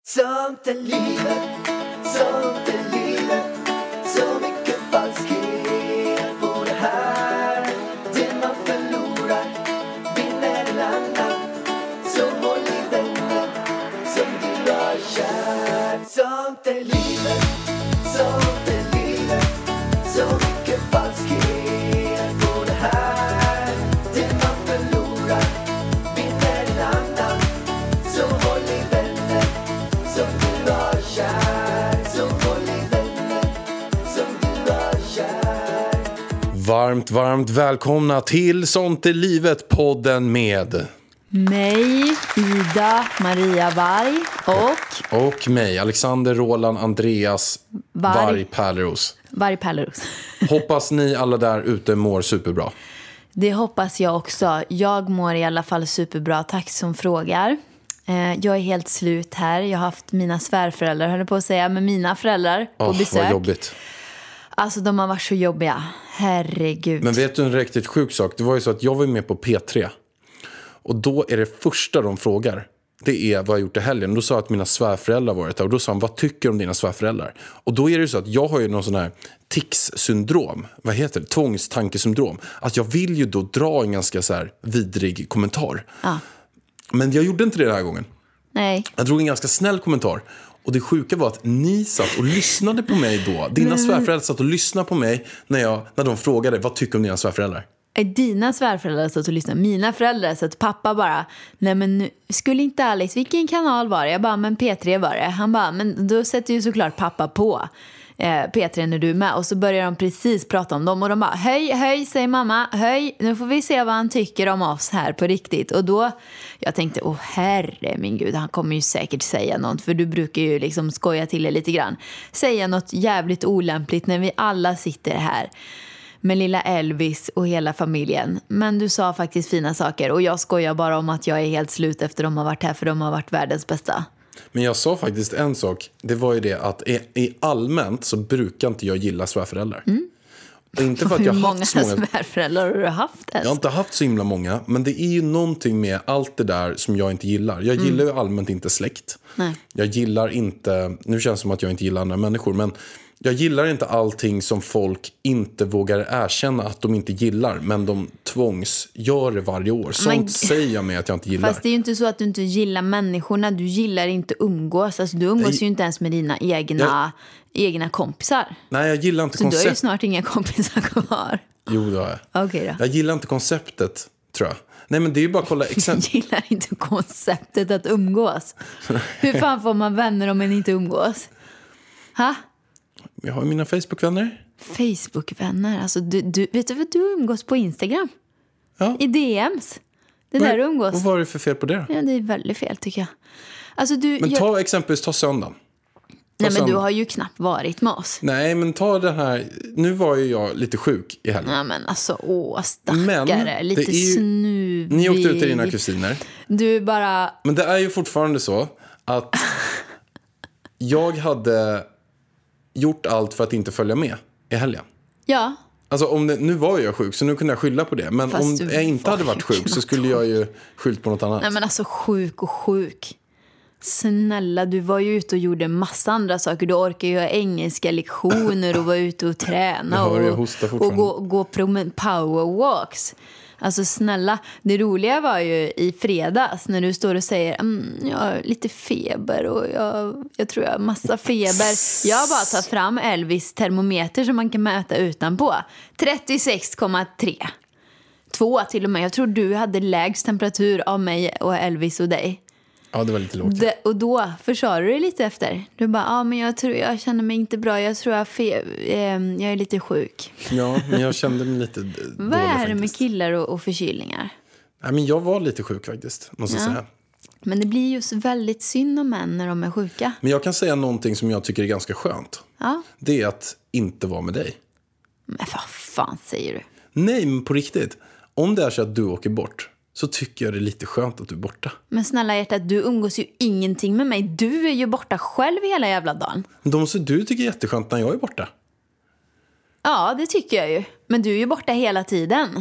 Sånt är livet, sånt är livet. Så mycket falskhet på det här. Det man förlorar vinner en annan. Så håll i vänner som du har kär. Sånt är livet, sånt är livet. Så mycket falskhet på det här. Det man förlorar vinner en annan. Så håll i vänner som du har kär. Så håll i vänner som du har kär. Varmt välkomna till Sånt är livet, podden med mig, Ida Maria Varg och mig, Alexander Roland Andreas Varg Pärleros. Varg Pärleros. Hoppas ni alla där ute mår superbra. Det hoppas jag också. Jag mår i alla fall superbra. Tack som frågar. Jag är helt slut här. Jag har haft mina svärföräldrar, höll på att säga, med mina föräldrar på besök. Vad jobbigt. Alltså de har varit så jobbiga. Herregud. Men vet du en riktigt sjuk sak? Det var ju så att jag var med på P3. Och då är det första de frågar, det är vad jag gjort i helgen. Då sa jag att mina svärföräldrar varit där. Och då sa han, vad tycker du om dina svärföräldrar? Och då är det ju så att jag har ju någon sån här tics-syndrom. Vad heter det? Tvångstankesyndrom. Att jag vill ju då dra en ganska så här vidrig kommentar. Ja. Men jag gjorde inte det den här gången. Nej. Jag drog en ganska snäll kommentar. Och det sjuka var att ni satt och lyssnade på mig då. Dina svärföräldrar satt och lyssnade på mig när de frågade, vad tycker du om dina svärföräldrar? Dina svärföräldrar satt och lyssnade. Mina föräldrar satt, pappa bara, nej men skulle inte Alex, vilken kanal var det? Jag bara, men P3 var det. Han bara, men då sätter ju såklart pappa på P3 när du är med. Och så börjar de precis prata om dem. Och de bara, höj, säger mamma, höj. Nu får vi se vad han tycker om oss här på riktigt. Och då, jag tänkte, herre min gud, han kommer ju säkert säga något. För du brukar ju liksom skoja till det lite grann. Säga något jävligt olämpligt när vi alla sitter här med lilla Elvis och hela familjen. Men du sa faktiskt fina saker. Och jag skojar bara om att jag är helt slut efter de har varit här. För de har varit världens bästa. Men jag sa faktiskt en sak. Det var ju det att i allmänt så brukar inte jag gilla svärföräldrar. Mm. Inte för att jag har många haft så många svärföräldrar har du haft? Jag har inte haft så himla många. Men det är ju någonting med allt det där som jag inte gillar. Jag gillar ju allmänt inte släkt. Nej. Jag gillar inte, nu känns det som att jag inte gillar andra människor, men jag gillar inte allting som folk inte vågar erkänna att de inte gillar, men de tvångsgör det varje år. Sånt säger jag med att jag inte gillar. Fast det är ju inte så att du inte gillar människorna. Du gillar inte umgås. Alltså, du umgås ju inte ens med dina egna kompisar. Nej, jag gillar inte konceptet. Så du har ju snart inga kompisar kvar. Jo, det har jag. Okej då. Jag gillar inte konceptet, tror jag. Nej, men det är ju bara att kolla exempel. Jag gillar inte konceptet att umgås. Hur fan får man vänner om man inte umgås? Ha? Jag har ju mina Facebook-vänner. Facebook-vänner? Alltså, du vet du vad du umgås på Instagram? Ja. I DMs. Det där du umgås. Och vad är det för fel på det? Ja, det är väldigt fel tycker jag. Alltså, Men exempelvis ta söndagen. Nej, men du har ju knappt varit med oss. Nej, men ta det här. Nu var ju jag lite sjuk i helgen. Ja, men alltså, stackare. Lite snuvig. Ni åkte ut till dina kusiner. Du bara... Men det är ju fortfarande så att jag hade gjort allt för att inte följa med i helgen. Ja. Alltså nu var jag sjuk, så nu kunde jag skylla på det. Men fast om jag inte hade varit sjuk så skulle jag ju skyllt på något annat. Nej, men alltså sjuk. Snälla, du var ju ute och gjorde massa andra saker. Du orkar ju ha engelska lektioner och vara ute och träna och gå powerwalks. Alltså snälla, det roliga var ju i fredags när du står och säger jag har lite feber och jag tror jag har massa feber. Jag bara tar fram Elvis termometer som man kan mäta utanpå. 36,3. 2 till och med. Jag tror du hade lägst temperatur av mig och Elvis och dig. Ja, det var lite lågt. Och då försvarar du dig lite efter. Du bara, men jag tror jag känner mig inte bra. Jag tror jag är lite sjuk. Ja, men jag kände mig lite dålig. Vad är det med killar och förkylningar? Nej, men jag var lite sjuk faktiskt, måste jag säga. Men det blir ju så väldigt synd om män när de är sjuka. Men jag kan säga någonting som jag tycker är ganska skönt. Ja. Det är att inte vara med dig. Men vad fan säger du? Nej, men på riktigt. Om det är så att du åker bort, så tycker jag det är lite skönt att du är borta. Men snälla hjärtat, du umgås ju ingenting med mig. Du är ju borta själv hela jävla dagen. Du tycker jätteskönt när jag är borta. Ja, det tycker jag ju. Men du är ju borta hela tiden.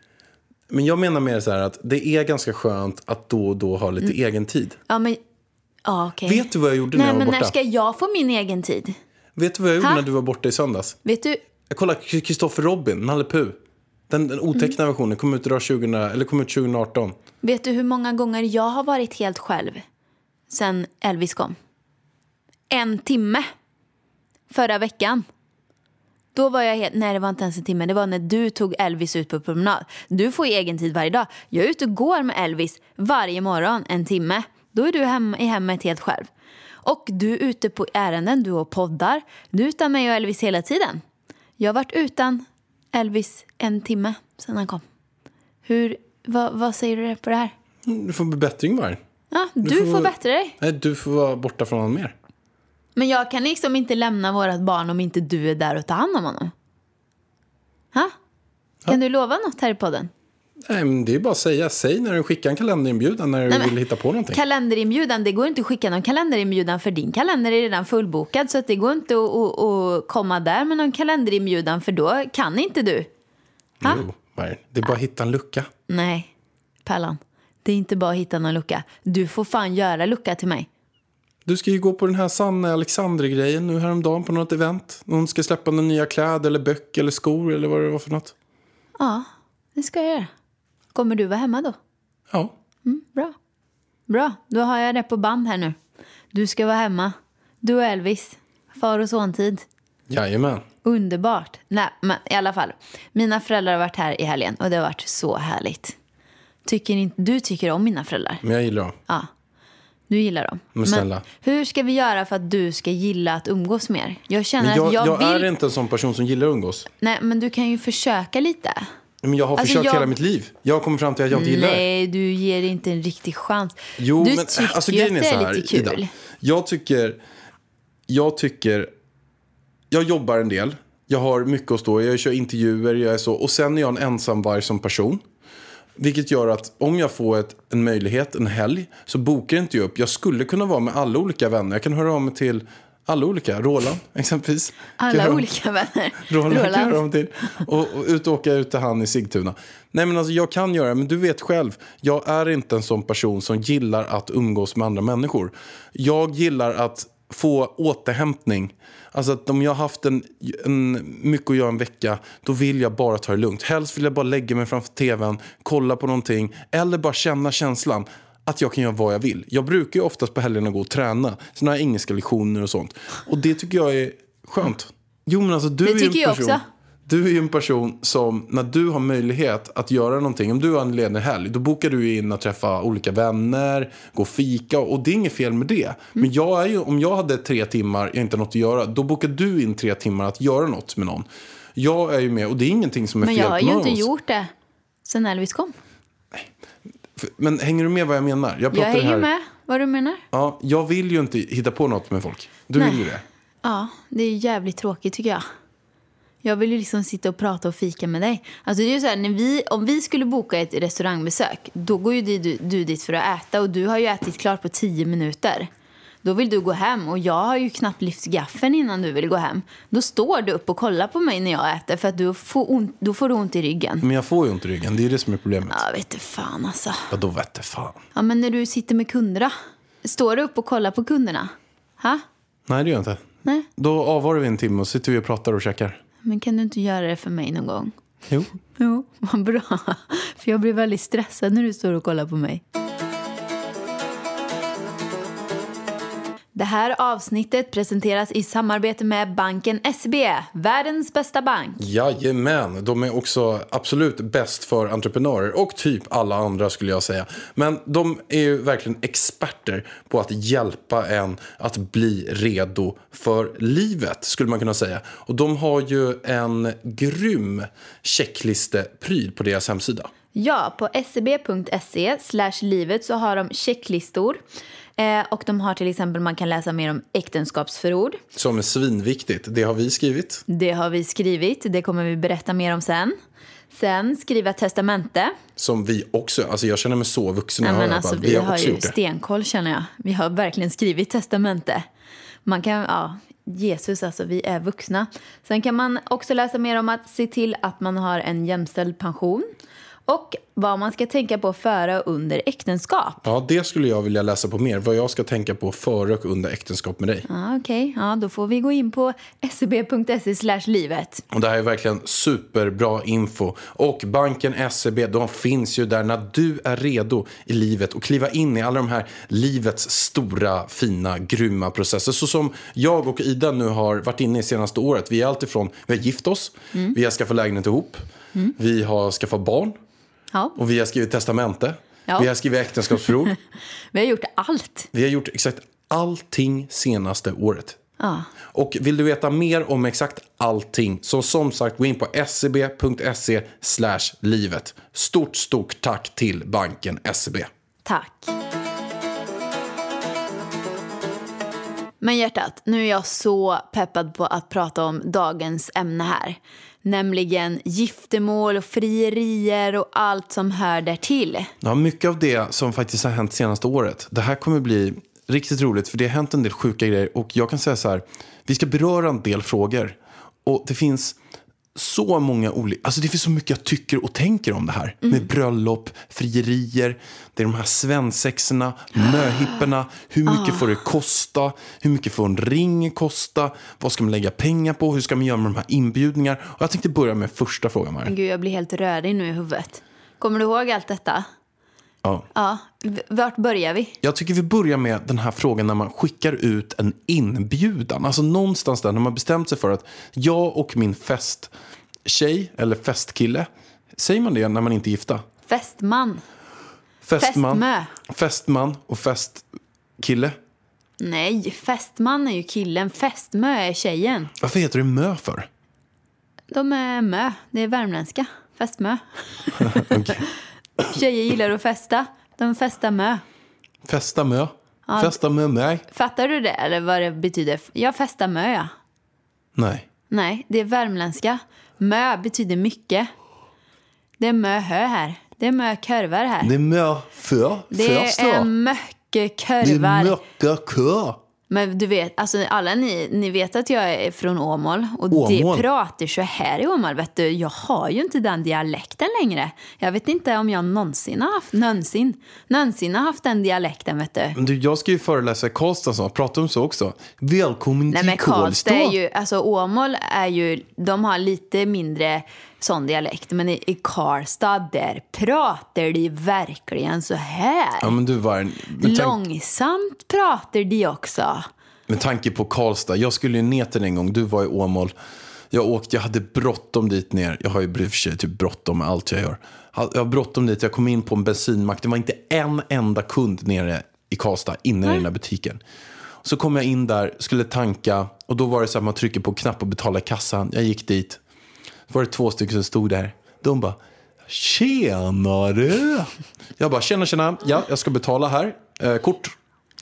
Men jag menar mer så här att det är ganska skönt att då och då ha lite egen tid. Ja, men Ja, okej. Vet du vad jag gjorde när jag var men borta? när ska jag få min egen tid? Vet du vad jag gjorde Ha? när du var borta i söndags? Vet du? Jag kollade Kristoffer Robin, Nalle Puh. Den otecknade versionen kom ut idag 2018. Vet du hur många gånger jag har varit helt själv sen Elvis kom? 1 timme. Förra veckan. Då var jag helt... Nej, det var inte ens 1 timme. Det var när du tog Elvis ut på promenad. Du får ju egen tid varje dag. Jag är ute och går med Elvis varje morgon 1 timme. Då är du i hemmet helt själv. Och du är ute på ärenden, du och poddar. Du är utan mig och Elvis hela tiden. Jag har varit utan Elvis 1 timme sedan han kom. Vad säger du på det här? Du får bättring var. Ja, du får bättre dig. Nej, du får vara borta från honom mer. Men jag kan liksom inte lämna vårat barn om inte du är där och tar hand om honom. Ha? Kan du lova något här i podden? Nej, men det är bara att säga. Säg när du skickar en kalenderinbjudan när du vill hitta på någonting. Kalenderinbjudan, det går inte att skicka någon kalenderinbjudan för din kalender är redan fullbokad. Så att det går inte att komma där med någon kalenderinbjudan för då kan inte du. Ha? Jo, det är bara att hitta en lucka. Nej, Pallan. Det är inte bara att hitta någon lucka. Du får fan göra lucka till mig. Du ska ju gå på den här Sanna Alexander-grejen nu häromdagen på något event. Hon ska släppa några nya kläder eller böcker eller skor eller vad det var för något. Ja, det ska jag göra. Kommer du vara hemma då? Ja. Bra, då har jag det på band här nu. Du ska vara hemma. Du och Elvis. Far och sontid. Jajamän. Underbart. Nej, men i alla fall. Mina föräldrar har varit här i helgen och det har varit så härligt. Du tycker om mina föräldrar? Men jag gillar dem. Ja, du gillar dem. Men snälla. Hur ska vi göra för att du ska gilla att umgås mer? Jag känner att jag vill... är inte en sån person som gillar att umgås. Nej, men du kan ju försöka lite. Men jag har försökt hela mitt liv. Jag har kommit fram till att jag inte gillar det. Nej, du ger inte en riktig chans. Jo, du men tycker alltså, ju att grejen det är så är här, lite kul. Ida. Jag jobbar en del. Jag har mycket att stå. Jag kör intervjuer, jag är så. Och sen är jag en ensamvarg som person. Vilket gör att om jag får en möjlighet, en helg, så bokar jag inte upp. Jag skulle kunna vara med alla olika vänner. Jag kan höra av mig till alla olika. Roland, exempelvis. Alla olika vänner. Roland kan höra av mig till. Och åka ut till han i Sigtuna. Nej, men alltså jag kan göra det. Men du vet själv. Jag är inte en sån person som gillar att umgås med andra människor. Jag gillar att få återhämtning. Alltså att om jag har haft mycket att göra en vecka, då vill jag bara ta det lugnt. Helst vill jag bara lägga mig framför tvn, kolla på någonting eller bara känna känslan att jag kan göra vad jag vill. Jag brukar ju oftast på helgerna gå och träna såna här engelska lektioner och sånt. Och det tycker jag är skönt. Jo, men alltså du är ju en person som när du har möjlighet att göra någonting, om du har en ledig helg, då bokar du in att träffa olika vänner, gå och fika och det är inget fel med det. Men jag är ju, om jag hade 3 timmar, jag inte har något att göra, då bokar du in 3 timmar att göra något med någon. Jag är ju med och det är ingenting som är fel på någon. Men jag har ju inte gjort det sen Elvis kom. Men hänger du med vad jag menar? Jag hänger med vad du menar. Ja, jag vill ju inte hitta på något med folk. Du vill ju det. Ja, det är jävligt tråkigt tycker jag. Jag vill ju liksom sitta och prata och fika med dig. Alltså det är ju så här, om vi skulle boka ett restaurangbesök, då går ju du dit för att äta och du har ju ätit klart på 10 minuter. Då vill du gå hem och jag har ju knappt lyft gaffeln innan du vill gå hem. Då står du upp och kollar på mig när jag äter för att då får du ont i ryggen. Men jag får ju ont i ryggen, det är det som är problemet. Ja, vet du fan alltså. Ja, då vet du fan. Ja, men när du sitter med kunderna, står du upp och kollar på kunderna? Ha? Nej, det gör jag inte. Nej. Då avvarar vi 1 timme och sitter vi och pratar och käkar. Men kan du inte göra det för mig någon gång? Jo, vad bra. För jag blir väldigt stressad när du står och kollar på mig. Det här avsnittet presenteras i samarbete med banken SEB, världens bästa bank. Jajamän, de är också absolut bäst för entreprenörer och typ alla andra skulle jag säga. Men de är ju verkligen experter på att hjälpa en att bli redo för livet skulle man kunna säga. Och de har ju en grym checklistepryl på deras hemsida. Ja, på seb.se/livet så har de checklistor. Och de har till exempel, man kan läsa mer om äktenskapsförord. Som är svinviktigt, det har vi skrivit. Det kommer vi berätta mer om sen. Sen skriva testamente. Som vi också, alltså jag känner mig så vuxen. Ja, men alltså, vi har ju stenkoll känner jag. Vi har verkligen skrivit testamente. Man kan, Jesus alltså, vi är vuxna. Sen kan man också läsa mer om att se till att man har en jämställd pension. Och vad man ska tänka på före och under äktenskap. Ja, det skulle jag vilja läsa på mer. Vad jag ska tänka på före och under äktenskap med dig. Ja, okej. Ja, då får vi gå in på scb.se/livet. Och det här är verkligen superbra info. Och banken SEB, de finns ju där när du är redo i livet och kliva in i alla de här livets stora, fina, grymma processer. Så som jag och Ida nu har varit inne i senaste året. Vi är alltifrån, vi har gift oss, vi har skaffat lägenhet ihop, vi har skaffat barn. Ja. Och vi har skrivit testamente. Ja. Vi har skrivit äktenskapsförord. Vi har gjort allt. Vi har gjort exakt allting senaste året. Ja. Och vill du veta mer om exakt allting så som sagt gå in på scb.se/livet. Stort tack till banken SEB. Tack. Men hjärtat, nu är jag så peppad på att prata om dagens ämne här. Nämligen giftermål och frierier och allt som hör där till. Ja, mycket av det som faktiskt har hänt senaste året. Det här kommer bli riktigt roligt för det har hänt en del sjuka grejer. Och jag kan säga så här, vi ska beröra en del frågor. Och det finns så många olika, alltså det finns så mycket jag tycker och tänker om det här. Med bröllop, frierier, det är de här svensexerna, möhipporna. Hur mycket får det kosta? Hur mycket får en ring kosta? Vad ska man lägga pengar på? Hur ska man göra med de här inbjudningar? Och jag tänkte börja med första frågan, Maria. Gud, jag blir helt rörig nu i huvudet. Kommer du ihåg allt detta? Ja. Ja, vart börjar vi? Jag tycker vi börjar med den här frågan när man skickar ut en inbjudan. Alltså någonstans där när man bestämt sig för att jag och min festtjej eller festkille, säger man det när man inte är gifta? Festman. Festman och festkille. Nej, festman är ju killen. Festmö är tjejen. Varför heter det mö för? De är mö. Det är värmländska. Festmö. Okay. Tjejer gillar att festa. De festar mö. Festa mö. Ja. Festa med mig. Fattar du det? Eller vad det betyder? Jag festar mö, ja. Nej, det är värmländska. Mö betyder mycket. Det är mö hö här. Det är mö körvar här. Det är mö för. Det är mycket körvar. Det är mycket kör. Men du vet, alltså alla ni vet att jag är från Åmål. Och det pratar så här i Åmål, vet du. Jag har ju inte den dialekten längre. Jag vet inte om jag någonsin har haft den dialekten, vet du. Men du, jag ska ju föreläsa i Karlstad så prata om så också. Välkommen till Karlstad. Är ju, alltså Åmål är ju, de har lite mindre sån dialekt. Men i Karlstad där pratar de verkligen så här. Ja, men du var långsamt pratar de också. Med tanke på Karlstad, jag skulle ju ner till en gång. Du var i Åmål. Jag hade bråttom dit ner. Jag har ju för sig typ bråttom med allt jag gör. Jag har bråttom dit, jag kom in på en bensinmack. Det var inte en enda kund nere i Karlstad inne i den där butiken. Så kom jag in där, skulle tanka. Och då var det så att man trycker på knapp och betalar kassan. Jag gick dit. Så var det 2 stycken som stod där. De bara, tjenare. Jag bara, tjena. Ja, jag ska betala här. Kort.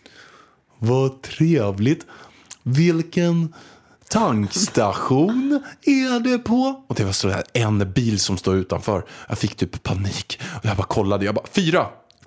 Vad trevligt. Vilken tankstation är det på? Och det var så här en bil som står utanför. Jag fick typ panik. Och jag bara kollade. Jag bara, 4.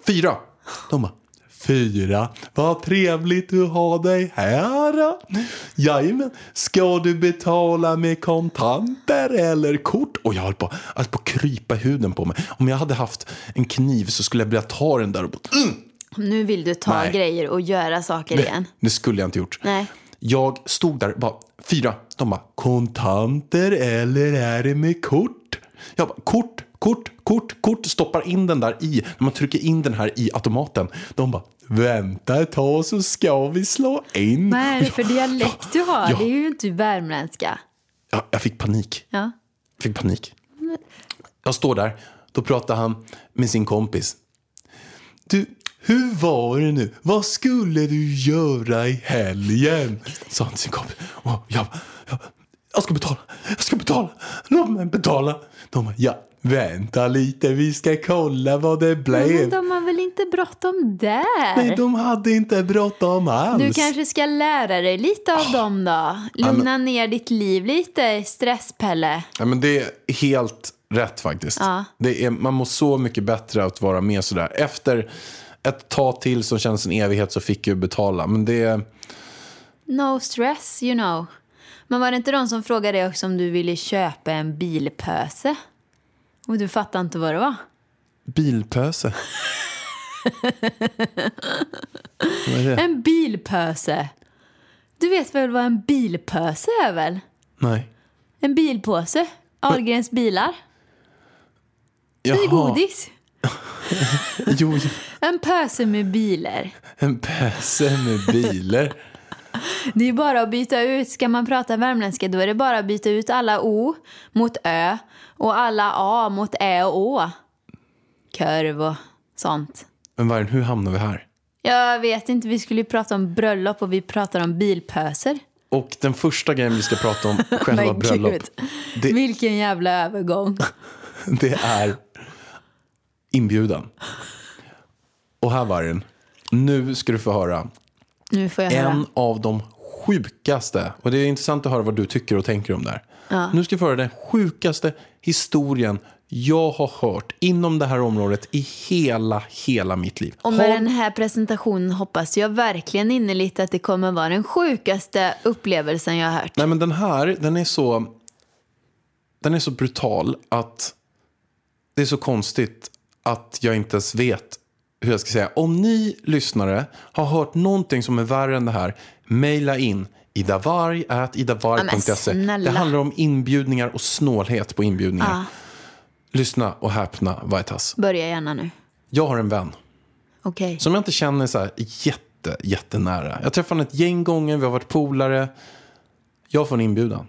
De bara, 4. Vad trevligt du har dig här. Jajamän. Ska du betala med kontanter eller kort? Och jag höll på att krypa huden på mig. Om jag hade haft en kniv så skulle jag vilja ta den där och bara... Nu vill du ta grejer och göra saker igen. Det skulle jag inte gjort. Nej. Jag stod där bara, 4. De bara, kontanter eller är det med kort? Jag bara, kort. Stoppar in den där i, när man trycker in den här i automaten. De bara, vänta ett tag så ska vi slå in. Nej, för dialekt du har, det är ju inte värmländska. Ja, jag fick panik. Ja. Jag står där, då pratar han med sin kompis. Du, hur var det nu? Vad skulle du göra i helgen? Sa han till sin kompis. Och jag ska betala. De betala. De bara, ja, vänta lite. Vi ska kolla vad det blev. Men de har väl inte bråttom där? Nej, de hade inte bråttom alls. Du kanske ska lära dig lite av dem då. Lugna ner ditt liv lite, stresspelle. Ja, men det är helt rätt faktiskt. Ja. Man mår så mycket bättre att vara med sådär. Efter ett tag till som känns en evighet så fick jag betala. Men det är... No stress, you know. Men var det inte de som frågade dig också om du ville köpa en bilpöse? Och du fattar inte vad det var? bilpöse. Vad är det? En bilpöse. Du vet väl vad en bilpöse är väl? Nej. En bilpåse. Ahlgrens bilar. Det är Jaha. godis. Jo, En pöse med bilar. en pöse med bilar. Det är bara att byta ut. Ska man prata värmländska då är det bara att byta ut alla O mot Ö. Och alla A mot Ä och Å. Körv och sånt. Men Vargen, hur hamnar vi här? Jag vet inte, vi skulle ju prata om bröllop och vi pratar om bilpöser. Och den första grejen vi ska prata om själva Men bröllop. gud, Det, vilken jävla övergång. det är inbjudan. Och här Vargen, nu ska du få höra Nu får jag höra. en av de sjukaste, och det är intressant att höra vad du tycker och tänker om det här. Ja. Nu ska du få höra den sjukaste historien jag har hört inom det här området i hela mitt liv. Och med den här presentationen hoppas jag verkligen innerligt att det kommer vara den sjukaste upplevelsen jag har hört. Nej, men den här, den är så brutal att det är så konstigt att jag inte ens vet hur jag ska säga. Om ni lyssnare har hört någonting som är värre än det här, mejla in idavarg@idavarg.se. Ja, det handlar om inbjudningar och snålhet på inbjudningar. Ja. Lyssna och häpna, Vaitas. Börja gärna nu. Jag har en vän Okej. som jag inte känner så här jättenära. Jag träffade honom ett gäng gånger, vi har varit polare. Jag får en inbjudan.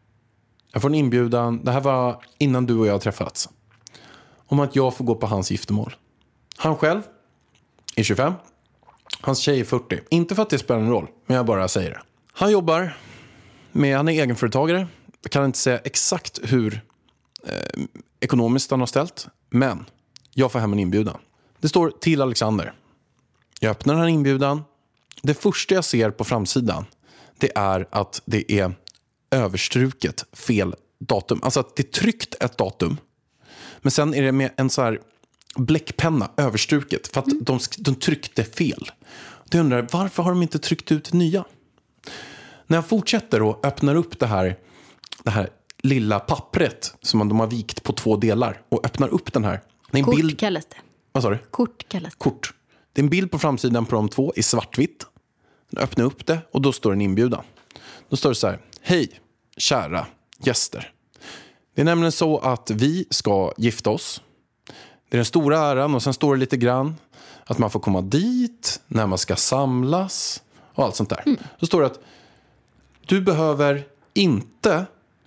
Det här var innan du och jag träffats. Om att jag får gå på hans giftermål. Han själv är 25. Hans tjej är 40. Inte för att det spelar en roll, men jag bara säger det. Han jobbar han är egenföretagare. Jag kan inte säga exakt hur ekonomiskt han har ställt. Men jag får hem en inbjudan. Det står till Alexander. Jag öppnar den här inbjudan. Det första jag ser på framsidan, det är att det är överstruket fel datum. Alltså att det är tryckt ett datum. Men sen är det med en så här bläckpenna överstruket. För att de tryckte fel. Jag undrar, varför har de inte tryckt ut nya? När jag fortsätter och öppnar upp det här lilla pappret som de har vikt på 2 delar och öppnar upp den här. Det är en Kort kallas det. Vad sa du? Kort kallas det. Kort. Det är en bild på framsidan på de 2 i svartvitt. Jag öppnar upp det och då står en inbjudan. Då står det så här: hej, kära gäster. Det är nämligen så att vi ska gifta oss. Det är den stora äran och sen står det lite grann att man får komma dit när man ska samlas och allt sånt där. Då står det att du behöver inte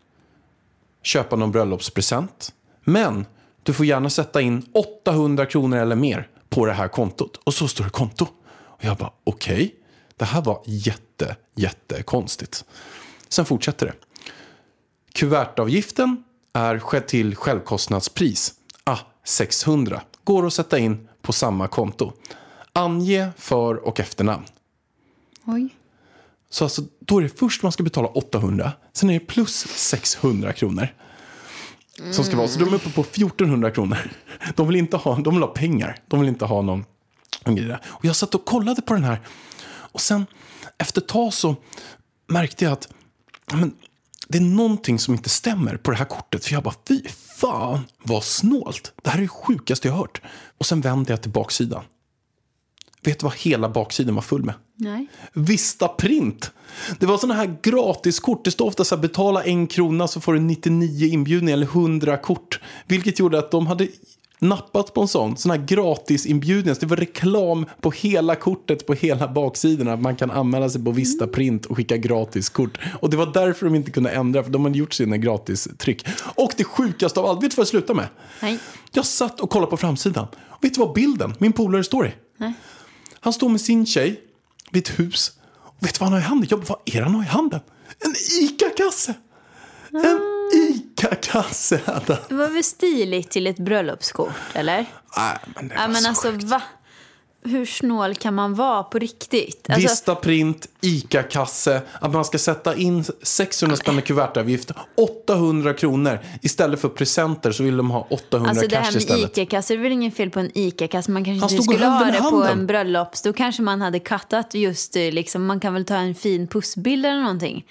köpa någon bröllopspresent, men du får gärna sätta in 800 kronor eller mer på det här kontot. Och så står det konto. Och jag bara, okej. Det här var jättekonstigt. Sen fortsätter det. Kuvertavgiften är skett till självkostnadspris. 600. Går att sätta in på samma konto. Ange för- och efternamn. Oj. Så alltså, då är det först man ska betala 800. Sen är det plus 600 kronor. Som ska vara. Så de är uppe på 1400 kronor. De vill ha pengar. De vill inte ha någon grej där. Och jag satt och kollade på den här. Och sen efter ett tag så märkte jag att det är någonting som inte stämmer på det här kortet. För jag bara, fy fan vad snålt. Det här är det sjukaste jag har hört. Och sen vände jag till baksidan. Vet du vad hela baksidan var full med? Nej. Vistaprint. Det var såna här gratiskort. Det står ofta så här, betala 1 krona så får du 99 inbjudningar eller 100 kort. Vilket gjorde att de hade nappat på en sån här gratis inbjudning. Det var reklam på hela kortet, på hela baksidan. Man kan anmäla sig på Vistaprint och skicka gratis kort. Och det var därför de inte kunde ändra, för de hade gjort sina gratis tryck. Och det sjukaste av allt, vet du vad jag slutade med? Nej. Jag satt och kollade på framsidan. Och vet du vad bilden, min polare, står i? Nej. Han står med sin tjej vid ett hus. Och vet du vad han har i handen? Jag bara, vad är han har i handen? En ICA-kasse! En ICA-kasse hade han. Det var väl stiligt till ett bröllopskort, eller? Nej, men det var Men så alltså, sjukt. va? Hur snål kan man vara på riktigt? Alltså, Vistaprint, ICA-kasse, att man ska sätta in 600 spänn i kuvertavgift, 800 kronor. Istället för presenter så vill de ha 800 alltså det cash här med istället. ICA-kasse, det är väl ingen fel på en ICA-kasse. Man kanske Han inte stod och skulle höll ha den i det på handen. en bröllops. Då kanske man hade kattat just liksom, man kan väl ta en fin pussbild eller någonting.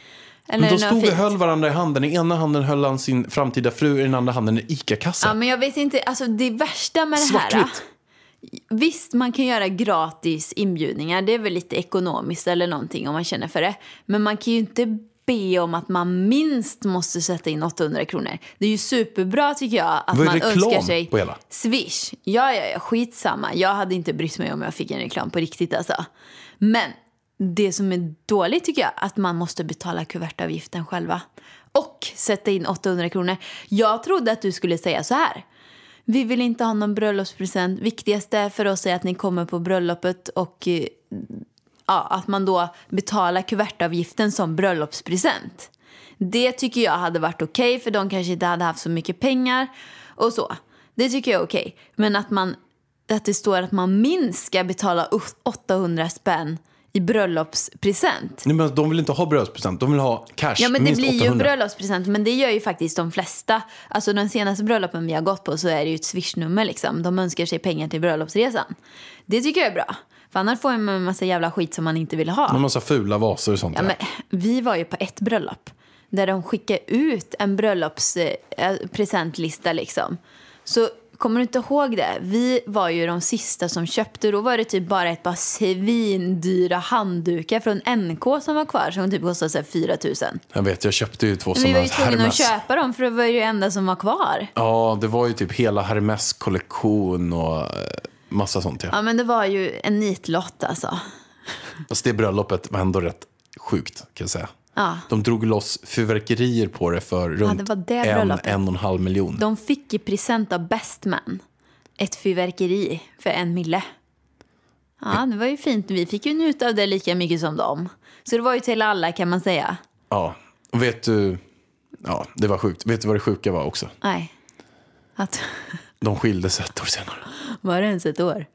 Eller Men är de det något stod och fint? höll varandra i handen. I ena handen höll han sin framtida fru, i den andra handen en ICA-kassa. Ja, men jag vet inte, alltså det värsta med det här. Svartvitt. Visst, man kan göra gratis inbjudningar. Det är väl lite ekonomiskt eller någonting om man känner för det. Men man kan ju inte be om att man minst måste sätta in 800 kronor. Det är ju superbra tycker jag att Var det man reklam önskar sig på hela? Swish. Ja, skitsamma. Jag hade inte brytt mig om jag fick en reklam på riktigt alltså. Men det som är dåligt tycker jag att man måste betala kuvertavgiften själva. Och sätta in 800 kronor. Jag trodde att du skulle säga så här. Vi vill inte ha någon bröllopspresent. Viktigaste för oss är att ni kommer på bröllopet och att man då betalar kuvertavgiften som bröllopspresent. Det tycker jag hade varit okej, för de kanske inte hade haft så mycket pengar och så. Det tycker jag är okej. Men att det står att man minst ska betala 800 spänn i bröllopspresent. Nej, men de vill inte ha bröllopspresent, de vill ha cash. Ja, men det minst blir 800. ju en bröllopspresent, men det gör ju faktiskt de flesta. Alltså den senaste bröllopen vi har gått på så är det ju ett swishnummer liksom. De önskar sig pengar till bröllopsresan. Det tycker jag är bra. För annars får man en massa jävla skit som man inte vill ha. En massa fula vaser och sånt. Ja, men vi var ju på ett bröllop där de skickade ut en bröllopspresentlista liksom. Så kommer du inte ihåg det? Vi var ju de sista som köpte. Då var det typ bara ett par svindyra handdukar från NK som var kvar. Som typ kostade 4 000. Jag vet, jag köpte ju 2 Men vi sådana var ju tvungna att Hermes. köpa dem för det var ju det enda som var kvar. Ja, det var ju typ hela Hermes-kollektion och massa sånt. Ja. Ja, men det var ju en nitlott alltså. Alltså det bröllopet var ändå rätt sjukt kan jag säga. Ja. De drog loss fyrverkerier på det för runt det var det bröllopet. 1,5 miljon. De fick i present av Best Man ett fyrverkeri för 1 mille. Ja, det var ju fint. Vi fick ju njuta av det lika mycket som dem. Så det var ju till alla kan man säga. Ja, och vet du... Ja, det var sjukt. Vet du vad det sjuka var också? Nej. De skildes 1 år senare. Var det ens ett år?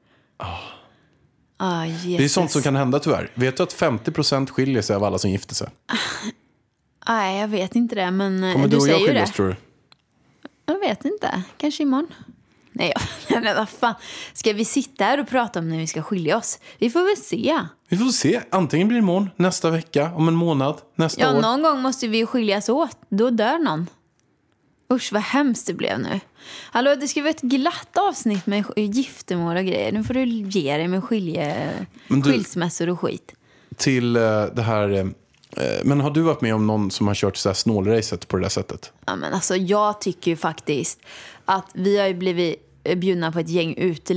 Det är sånt som kan hända tyvärr. Vet du att 50% skiljer sig av alla som gifter sig? Nej, jag vet inte det, men Kommer du och jag säger ju skiljas det. tror du? Jag vet inte. Kanske imorgon. Nej, men vad fan. Ska vi sitta här och prata om när vi ska skilja oss? Vi får väl se. Vi får se. Antingen blir det imorgon, nästa vecka, om en månad, nästa Ja, år. någon gång måste vi skiljas åt. Då dör någon. Usch, vad hemskt det blev nu. Hallå, det ska vara ett glatt avsnitt med giftermål och grejer. Nu får du ge dig med skilsmässor och skit. Till det här... Men har du varit med om någon som har kört så här snålracet på det där sättet? Ja, men alltså, jag tycker ju faktiskt att vi har ju blivit bjudna på ett gäng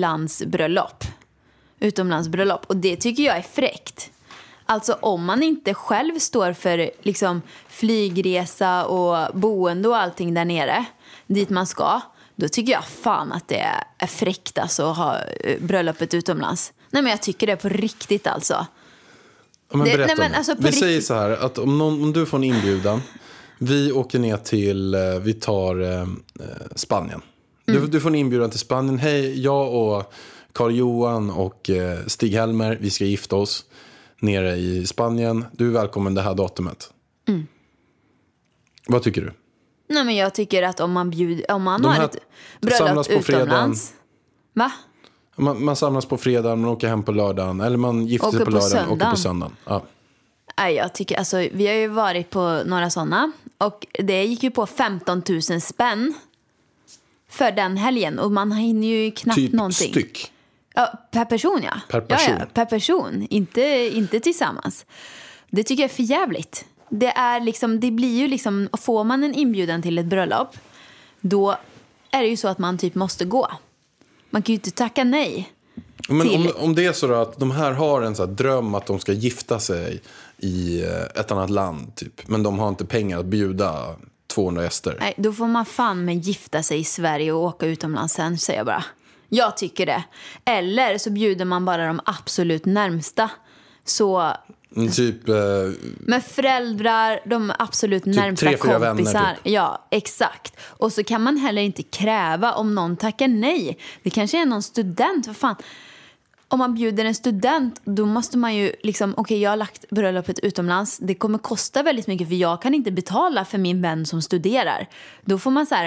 utomlandsbröllop. Och det tycker jag är fräckt. Alltså om man inte själv står för liksom, flygresa och boende och allting där nere, dit man ska, då tycker jag fan att det är fräckt alltså, att ha bröllopet utomlands. Nej, men jag tycker det på riktigt alltså. Ja, men berätta nej, men om det. alltså, på vi riktigt. säger så här, att om du får en inbjudan, vi åker ner till, vi tar Spanien. Du får en inbjudan till Spanien. Hej, jag och Carl-Johan och Stig-Helmer, vi ska gifta oss nere i Spanien. Du är välkommen det här datumet. Vad tycker du? Nej, men jag tycker att om man De har här ett bröllop samlas på fredagen. utomlands. Va? Man samlas på fredagen, man åker hem på lördagen. Eller man gifter sig Åker på på lördagen och åker på söndagen. söndagen. Ja. Nej, jag tycker, alltså, vi har ju varit på några sådana. Och det gick ju på 15 000 spänn för den helgen. Och man hinner ju knappt Typ någonting. styck. Ja, per person, ja. Per person. Ja, per person. Inte tillsammans. Det tycker jag är för jävligt. Det är liksom, det blir ju liksom, får man en inbjudan till ett bröllop, då är det ju så att man typ måste gå. Man kan ju inte tacka nej. Men till... om det är så då att de här har en så här dröm att de ska gifta sig i ett annat land typ, men de har inte pengar att bjuda 200 gäster. Nej, då får man fan med gifta sig i Sverige och åka utomlands sen, säger jag bara. Jag tycker det. Eller så bjuder man bara de absolut närmsta. Så Typ med föräldrar, de absolut närmsta 3-4 vänner, kompisar. typ. Ja, exakt. Och så kan man heller inte kräva om någon tackar nej. Det kanske är någon student, vad fan. Om man bjuder en student, då måste man ju liksom, okej, jag har lagt bröllopet utomlands. Det kommer kosta väldigt mycket för jag kan inte betala för min vän som studerar. Då får man så här,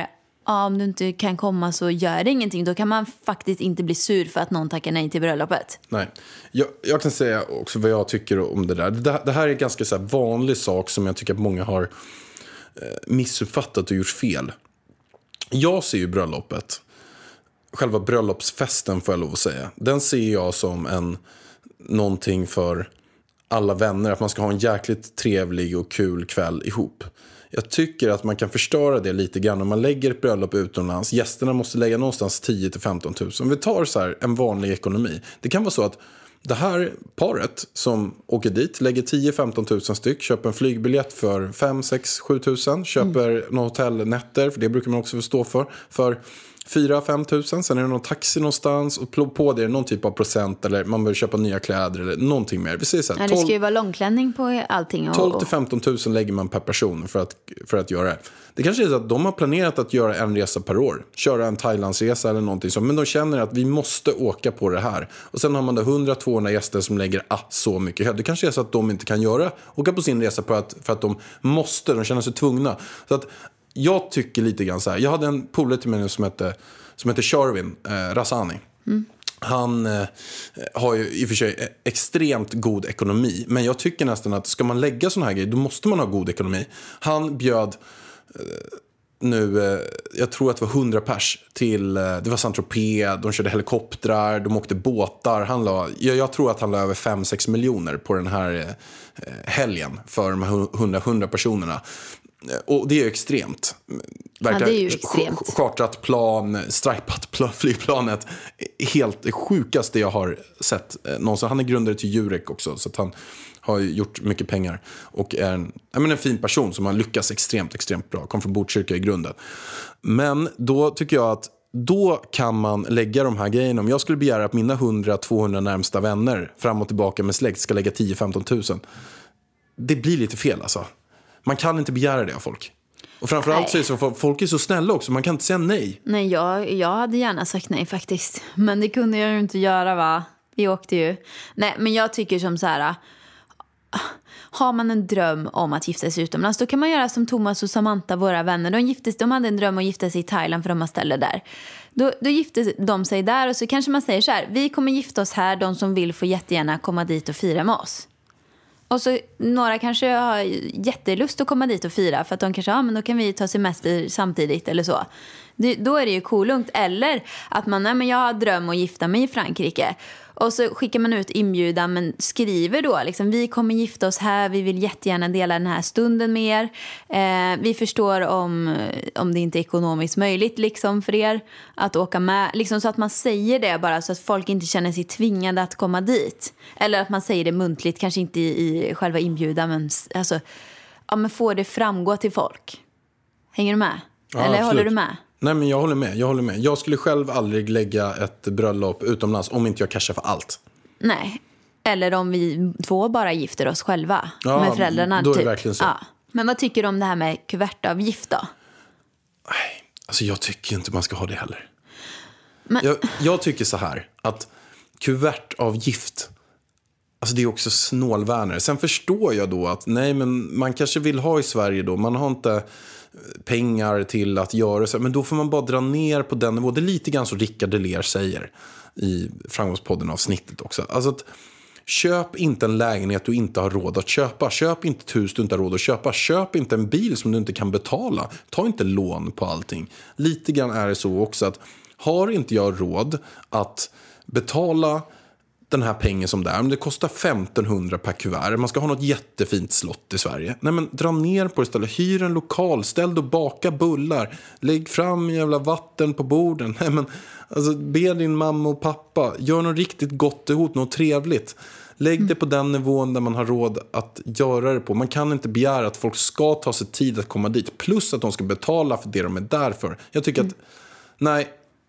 ja, om du inte kan komma så gör det ingenting. Då kan man faktiskt inte bli sur för att någon tackar nej till bröllopet. Nej, jag kan säga också vad jag tycker om det där. Det här är en ganska så här vanlig sak som jag tycker att många har missuppfattat och gjort fel. Jag ser ju bröllopet, själva bröllopsfesten får jag lov att säga, den ser jag som någonting för alla vänner, att man ska ha en jäkligt trevlig och kul kväll ihop. Jag tycker att man kan förstöra det lite grann om man lägger ett bröllop utomlands. Gästerna måste lägga någonstans 10 till 15 000. Om vi tar så här en vanlig ekonomi. Det kan vara så att det här paret som åker dit lägger 10-15 000 styck, köper en flygbiljett för 5, 6, 7 000, köper några hotellnätter, för det brukar man också få stå för 4-5 000, sen är det någon taxi någonstans och på det är någon typ av procent, eller man behöver köpa nya kläder eller någonting mer. Vi säger så här, det ska ju vara långklänning på allting. 12-15 000 lägger man per person för att göra det. Det kanske är så att de har planerat att göra en resa per år, köra en Thailandsresa eller någonting så, men de känner att vi måste åka på det här. Och sen har man då 100-200 gäster som lägger så mycket. Det kanske är så att de inte kan åka på sin resa för att de känner sig tvungna. Så att jag tycker lite grann så här. Jag hade en polare till mig som heter Sharvin Rassani. Han har ju i och för sig extremt god ekonomi. Men jag tycker nästan att ska man lägga såna här grejer, då måste man ha god ekonomi. Han bjöd jag tror att det var 100 pers till, det var Saint-Tropez, de körde helikoptrar, de åkte båtar. Jag tror att han la över 5-6 miljoner på den här helgen för de här 100 personerna. Och det är ju extremt. Verkligen, det är ju extremt. Chartrat plan, stripat flygplanet. Helt det sjukaste jag har sett någonsin. Han är grundare till Jurek också, så att han har gjort mycket pengar och är en fin person som har lyckats extremt bra. Kom från Botkyrka i grunden. Men då tycker jag att då kan man lägga de här grejerna. Om jag skulle begära att mina 100-200 närmsta vänner fram och tillbaka med släkt ska lägga 10-15 000. Det blir lite fel alltså. Man kan inte begära det av folk. Och framförallt så är det så, folk är så snälla också. Man kan inte säga nej. Nej, jag hade gärna sagt nej faktiskt. Men det kunde jag ju inte göra, va? Vi åkte ju. Nej, men jag tycker som så här. Har man en dröm om att gifta sig utomlands, då kan man göra som Thomas och Samantha, våra vänner. De hade en dröm att gifta sig i Thailand, för de har ställe där. Då gifte de sig där, och så kanske man säger så här: vi kommer gifta oss här, de som vill får jättegärna komma dit och fira med oss. Och så några kanske har jättelust att komma dit och fira, för att de kanske, men då kan vi ta semester samtidigt eller så. Då är det ju kolugnt. Eller att men jag har dröm att gifta mig i Frankrike. Och så skickar man ut inbjudan, men skriver då liksom: vi kommer gifta oss här, vi vill jättegärna dela den här stunden med er. Vi förstår om det inte är ekonomiskt möjligt liksom för er att åka med. Liksom, så att man säger det bara, så att folk inte känner sig tvingade att komma dit. Eller att man säger det muntligt, kanske inte i själva inbjudan, men alltså, men får det framgå till folk. Hänger du med? Ja, eller absolut. håller du med? Nej, men jag håller med. Jag skulle själv aldrig lägga ett bröllop utomlands om inte jag cashar för allt. Nej, eller om vi två bara gifter oss själva med föräldrarna. Då är det verkligen så. Ja. Men vad tycker du om det här med kuvertavgift då? Nej, alltså jag tycker inte man ska ha det heller. Men... Jag tycker så här, att kuvertavgift, alltså det är också snålvärner. Sen förstår jag då att nej, men man kanske vill ha i Sverige då. Man har inte pengar till att göra så. Men då får man bara dra ner på den nivå. Det är lite grann så Rickard Deler säger i Framgångspodden-avsnittet också. Alltså att köp inte en lägenhet du inte har råd att köpa. Köp inte ett hus du inte har råd att köpa. Köp inte en bil som du inte kan betala. Ta inte lån på allting. Lite grann är det så också att har inte jag råd att betala den här pengen som det är, men det kostar 1500 per kuvert, man ska ha något jättefint slott i Sverige. Nej, men dra ner på det istället. Hyr en lokal, ställ och baka bullar, lägg fram jävla vatten på borden. Nej, men alltså, be din mamma och pappa, gör något riktigt gott ihop, något trevligt. Lägg det på den nivån där man har råd att göra det på. Man kan inte begära att folk ska ta sig tid att komma dit, plus att de ska betala för det de är där för. Jag tycker att nej,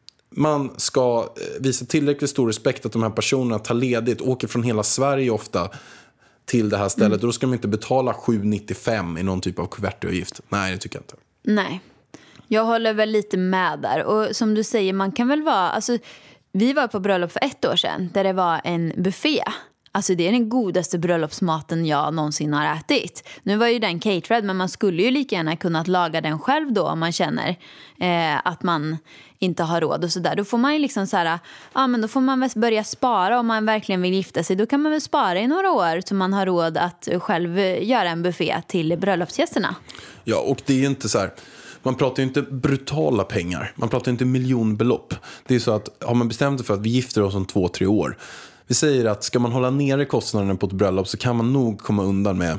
man ska visa tillräckligt stor respekt att de här personerna tar ledigt, åker från hela Sverige ofta till det här stället. Och då ska de inte betala 7,95 i någon typ av kuvertavgift. Nej, det tycker jag inte. Nej, jag håller väl lite med där. Och som du säger, man kan väl vara... Alltså, vi var på bröllop för 1 år sedan där det var en buffé. Alltså det är den godaste bröllopsmaten jag någonsin har ätit. Nu var ju den caterad, men man skulle ju lika gärna kunnat laga den själv då om man känner att man inte har råd och sådär. Då får man ju liksom så här, ja men då får man väl börja spara om man verkligen vill gifta sig. Då kan man väl spara i några år så man har råd att själv göra en buffé till bröllopsgästerna. Ja, och det är inte så här, man pratar ju inte brutala pengar. Man pratar inte miljonbelopp. Det är så att har man bestämt sig för att vi gifter oss om 2-3 år. Vi säger att ska man hålla nere kostnaderna på ett bröllop så kan man nog komma undan med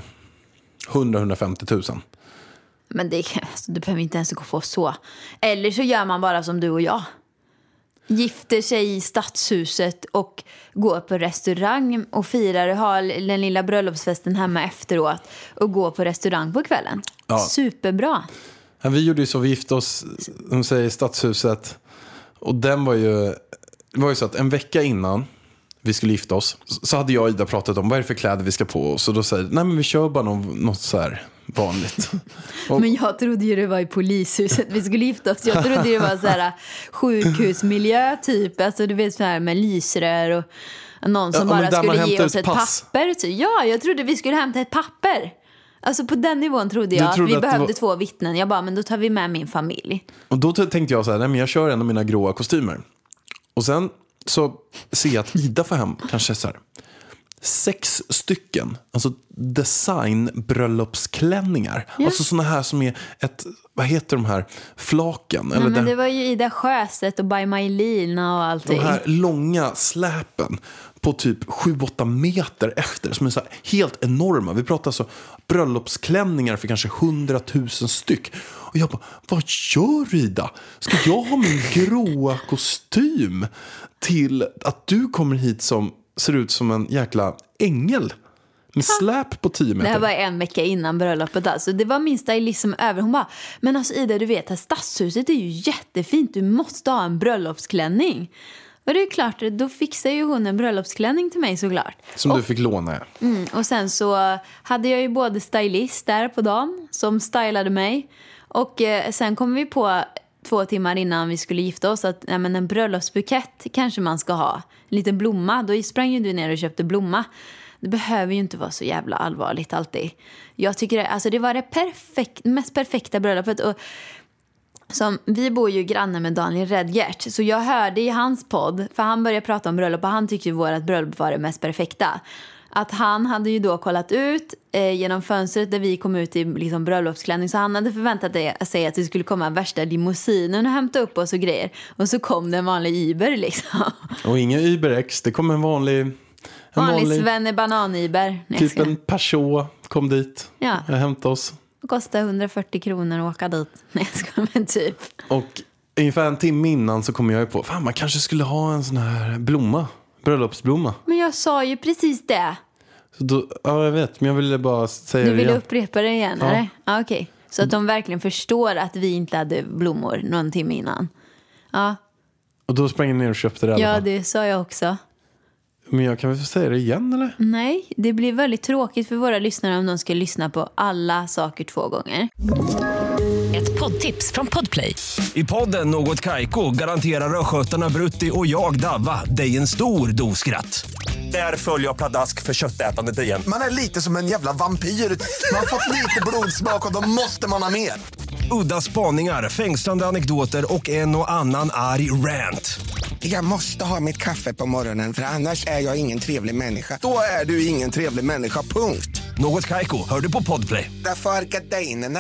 100-150 000. Men det, alltså, du behöver inte ens gå på så. Eller så gör man bara som du och jag. Gifter sig i stadshuset och går på restaurang och firar och har den lilla bröllopsfesten hemma efteråt och går på restaurang på kvällen. Ja. Superbra. Ja, vi gjorde ju så, vi gifte oss, de säger, i stadshuset. Och den var ju, det var ju så att en vecka innan vi skulle gifta oss så hade jag och Ida pratat om vad är det för kläder vi ska på oss. Och då säger nej men vi kör bara något så här vanligt. Och, men jag trodde ju det var i polishuset vi skulle gifta oss. Jag trodde det var så här sjukhusmiljö typ. Alltså du vet så här med lysrör och någon som bara skulle ge oss ett papper. Ja, jag trodde vi skulle hämta ett papper. Alltså på den nivån trodde jag att vi behövde 2 vittnen. Jag bara, men då tar vi med min familj. Och då tänkte jag så här, nej men jag kör en av mina gråa kostymer. Och sen så ser jag att Ida får hem kanske så här 6 stycken, alltså designbröllopsklänningar. Ja. Alltså såna här som är vad heter de här, flaken? Eller men det var ju Ida Sjöstedt och By Mylina och allting. De här långa släpen på typ 7-8 meter efter som är så här helt enorma. Vi pratar alltså bröllopsklänningar för kanske 100 000 styck. Och jag bara, vad gör du, Ida? Ska jag ha min gråa kostym till att du kommer hit som ser ut som en jäkla ängel med släp på 10 meter? Det här var en vecka innan bröllopet. Alltså. Det var min stylist som över. Hon bara, men alltså Ida, du vet att stadshuset är ju jättefint. Du måste ha en bröllopsklänning. Och det är klart, då fixar ju hon en bröllopsklänning till mig såklart. Som du fick låna. Och sen så hade jag ju både stylist där på dagen som stylade mig. Och sen kom vi på 2 timmar innan vi skulle gifta oss att men en bröllopsbukett kanske man ska ha. En liten blomma. Då sprang ju du ner och köpte blomma. Det behöver ju inte vara så jävla allvarligt alltid. Jag tycker alltså det var det mest perfekta bröllopet. Och som, vi bor ju granne med Daniel Redgert. Så jag hörde i hans podd, för han började prata om bröllop och han tyckte ju vårt bröllop var det mest perfekta. Att han hade ju då kollat ut genom fönstret där vi kom ut i liksom bröllopsklänning. Så han hade förväntat sig att det skulle komma värsta limousinen och hämta upp oss och grejer. Och så kom det en vanlig Uber liksom. Och ingen Uber X, det kom en vanlig Svennebanan-Uber. Typ en Peugeot kom dit och hämtade oss. Det kostade 140 kronor att åka dit. Nej, men typ. Och ungefär en timme innan så kom jag ju på, fan man kanske skulle ha en sån här bröllopsblomma. Men jag sa ju precis det. Så då, ja, jag vet, men jag ville bara säga det igen. Du ville upprepa det igen, eller? Ja, okej. Så att de verkligen förstår att vi inte hade blommor någon timme innan. Ja. Och då sprang jag ner och köpte det. Ja, det sa jag också. Men jag kan väl få säga det igen, eller? Nej, det blir väldigt tråkigt för våra lyssnare om de ska lyssna på alla saker 2 gånger. Ett poddtips från Podplay. I podden Något Kaiko garanterar röskötarna Brutti och jag Davva dig en stor doskratt. Där följer jag pladask för köttätandet igen. Man är lite som en jävla vampyr. Man har fått lite blodsmak och då måste man ha mer. Udda spaningar, fängslande anekdoter och en och annan arg rant. Jag måste ha mitt kaffe på morgonen för annars är jag ingen trevlig människa. Då är du ingen trevlig människa, punkt. Något Kaiko, hör du på Podplay. Därför är gardinerna.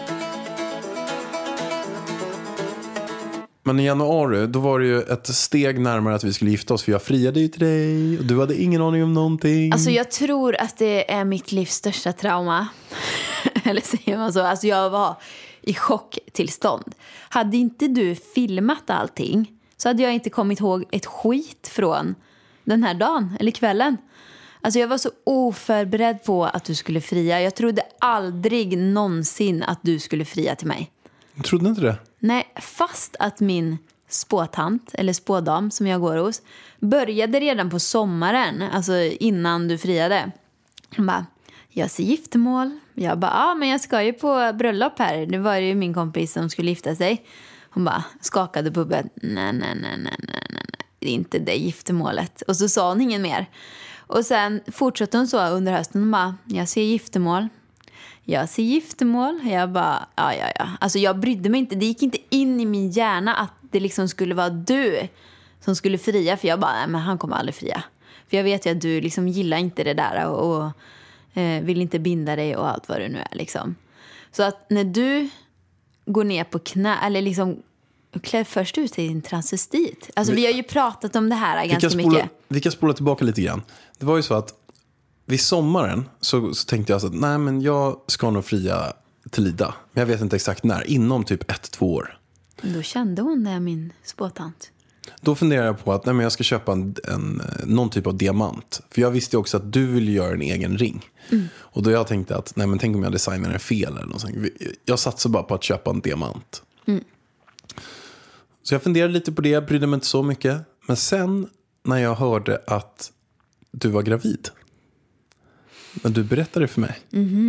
Men i januari, då var det ju ett steg närmare att vi skulle gifta oss. För jag friade ju till dig och du hade ingen aning om någonting. Alltså jag tror att det är mitt livs största trauma. Eller säger man så? Alltså jag var i chocktillstånd. Hade inte du filmat allting så hade jag inte kommit ihåg ett skit från den här dagen eller kvällen. Alltså jag var så oförberedd på att du skulle fria. Jag trodde aldrig någonsin att du skulle fria till mig. Jag trodde inte det. Nej, fast att min spåtant eller spådam som jag går hos började redan på sommaren, alltså innan du friade. Hon bara, jag ser giftermål. Jag bara, ja men jag ska ju på bröllop här. Det var ju min kompis som skulle gifta sig. Hon bara skakade på huvudet. Nej. Det är inte det giftermålet. Och så sa hon ingen mer. Och sen fortsatte hon så under hösten och bara, jag ser giftermål. Jag bara, ja. Alltså jag brydde mig inte, det gick inte in i min hjärna att det liksom skulle vara du som skulle fria. För jag bara, nej men han kommer aldrig fria. För jag vet ju att du liksom gillar inte det där och vill inte binda dig och allt vad det nu är liksom. Så att när du går ner på knä, eller liksom klär först ut till en transvestit. Alltså vi har ju pratat om det här ganska mycket. Vi kan spola tillbaka lite grann. Det var ju så att vid sommaren så tänkte jag så att nej men jag ska nog fria till Ida. Men jag vet inte exakt när, inom typ 1-2 år. Då kände hon det, min spåtant. Då funderade jag på att nej, men jag ska köpa någon typ av diamant. För jag visste också att du vill göra en egen ring. Och då jag tänkte att nej, men tänk om jag designar den fel eller något sånt. Jag satsade bara på att köpa en diamant. Så jag funderade lite på det, brydde mig inte så mycket. Men sen när jag hörde att du var gravid, när du berättade för mig,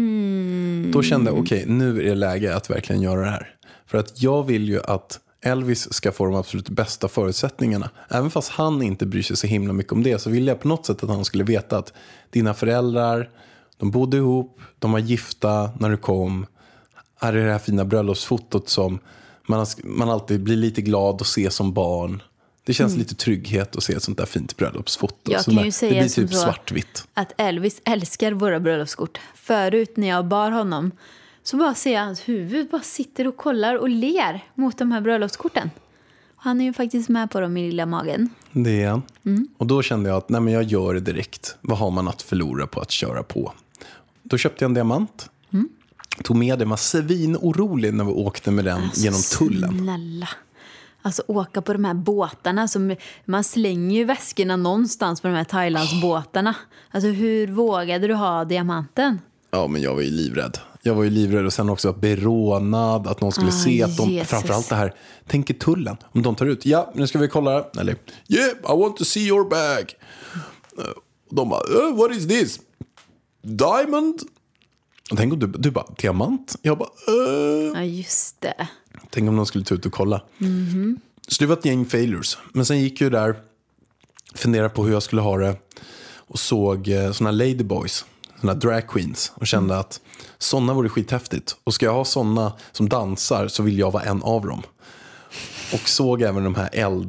då kände jag okej, nu är det läge att verkligen göra det här. För att jag vill ju att Elvis ska få de absolut bästa förutsättningarna. Även fast han inte bryr sig så himla mycket om det, så ville jag på något sätt att han skulle veta att dina föräldrar, de bodde ihop, de var gifta när du kom. Här är det här fina bröllopsfotot som man alltid blir lite glad att se som barn. Det känns lite trygghet att se ett sånt där fint bröllopsfoto. Jag kan ju säga det blir typ svartvitt. Att Elvis älskar våra bröllopskort. Förut när jag bar honom så bara ser jag hans huvud bara sitter och kollar och ler mot de här bröllopskorten. Och han är ju faktiskt med på dem i lilla magen. Det är han. Och då kände jag att nej, men jag gör det direkt. Vad har man att förlora på att köra på? Då köpte jag en diamant. Tog med det, var svinorolig när vi åkte med den genom tullen. Snälla. Alltså åka på de här båtarna. Som, man slänger ju väskorna någonstans på de här Thailandsbåtarna. Alltså hur vågade du ha diamanten? Ja, men jag var ju livrädd. Och sen också berånad, att någon skulle se att de, framförallt det här, tänker tullen. Om de tar ut, ja, nu ska vi kolla. Eller, yeah, I want to see your bag. Och de bara, what is this? Diamond? Och tänk om du bara, diamant? Jag bara, Ja, just det. Tänk om någon skulle ta ut och kolla. Så det var ett gäng failures. Men sen gick jag där, funderade på hur jag skulle ha det. Och såg såna ladyboys, såna drag queens. Och kände att såna vore skithäftigt. Och ska jag ha såna som dansar så vill jag vara en av dem. Och såg även de här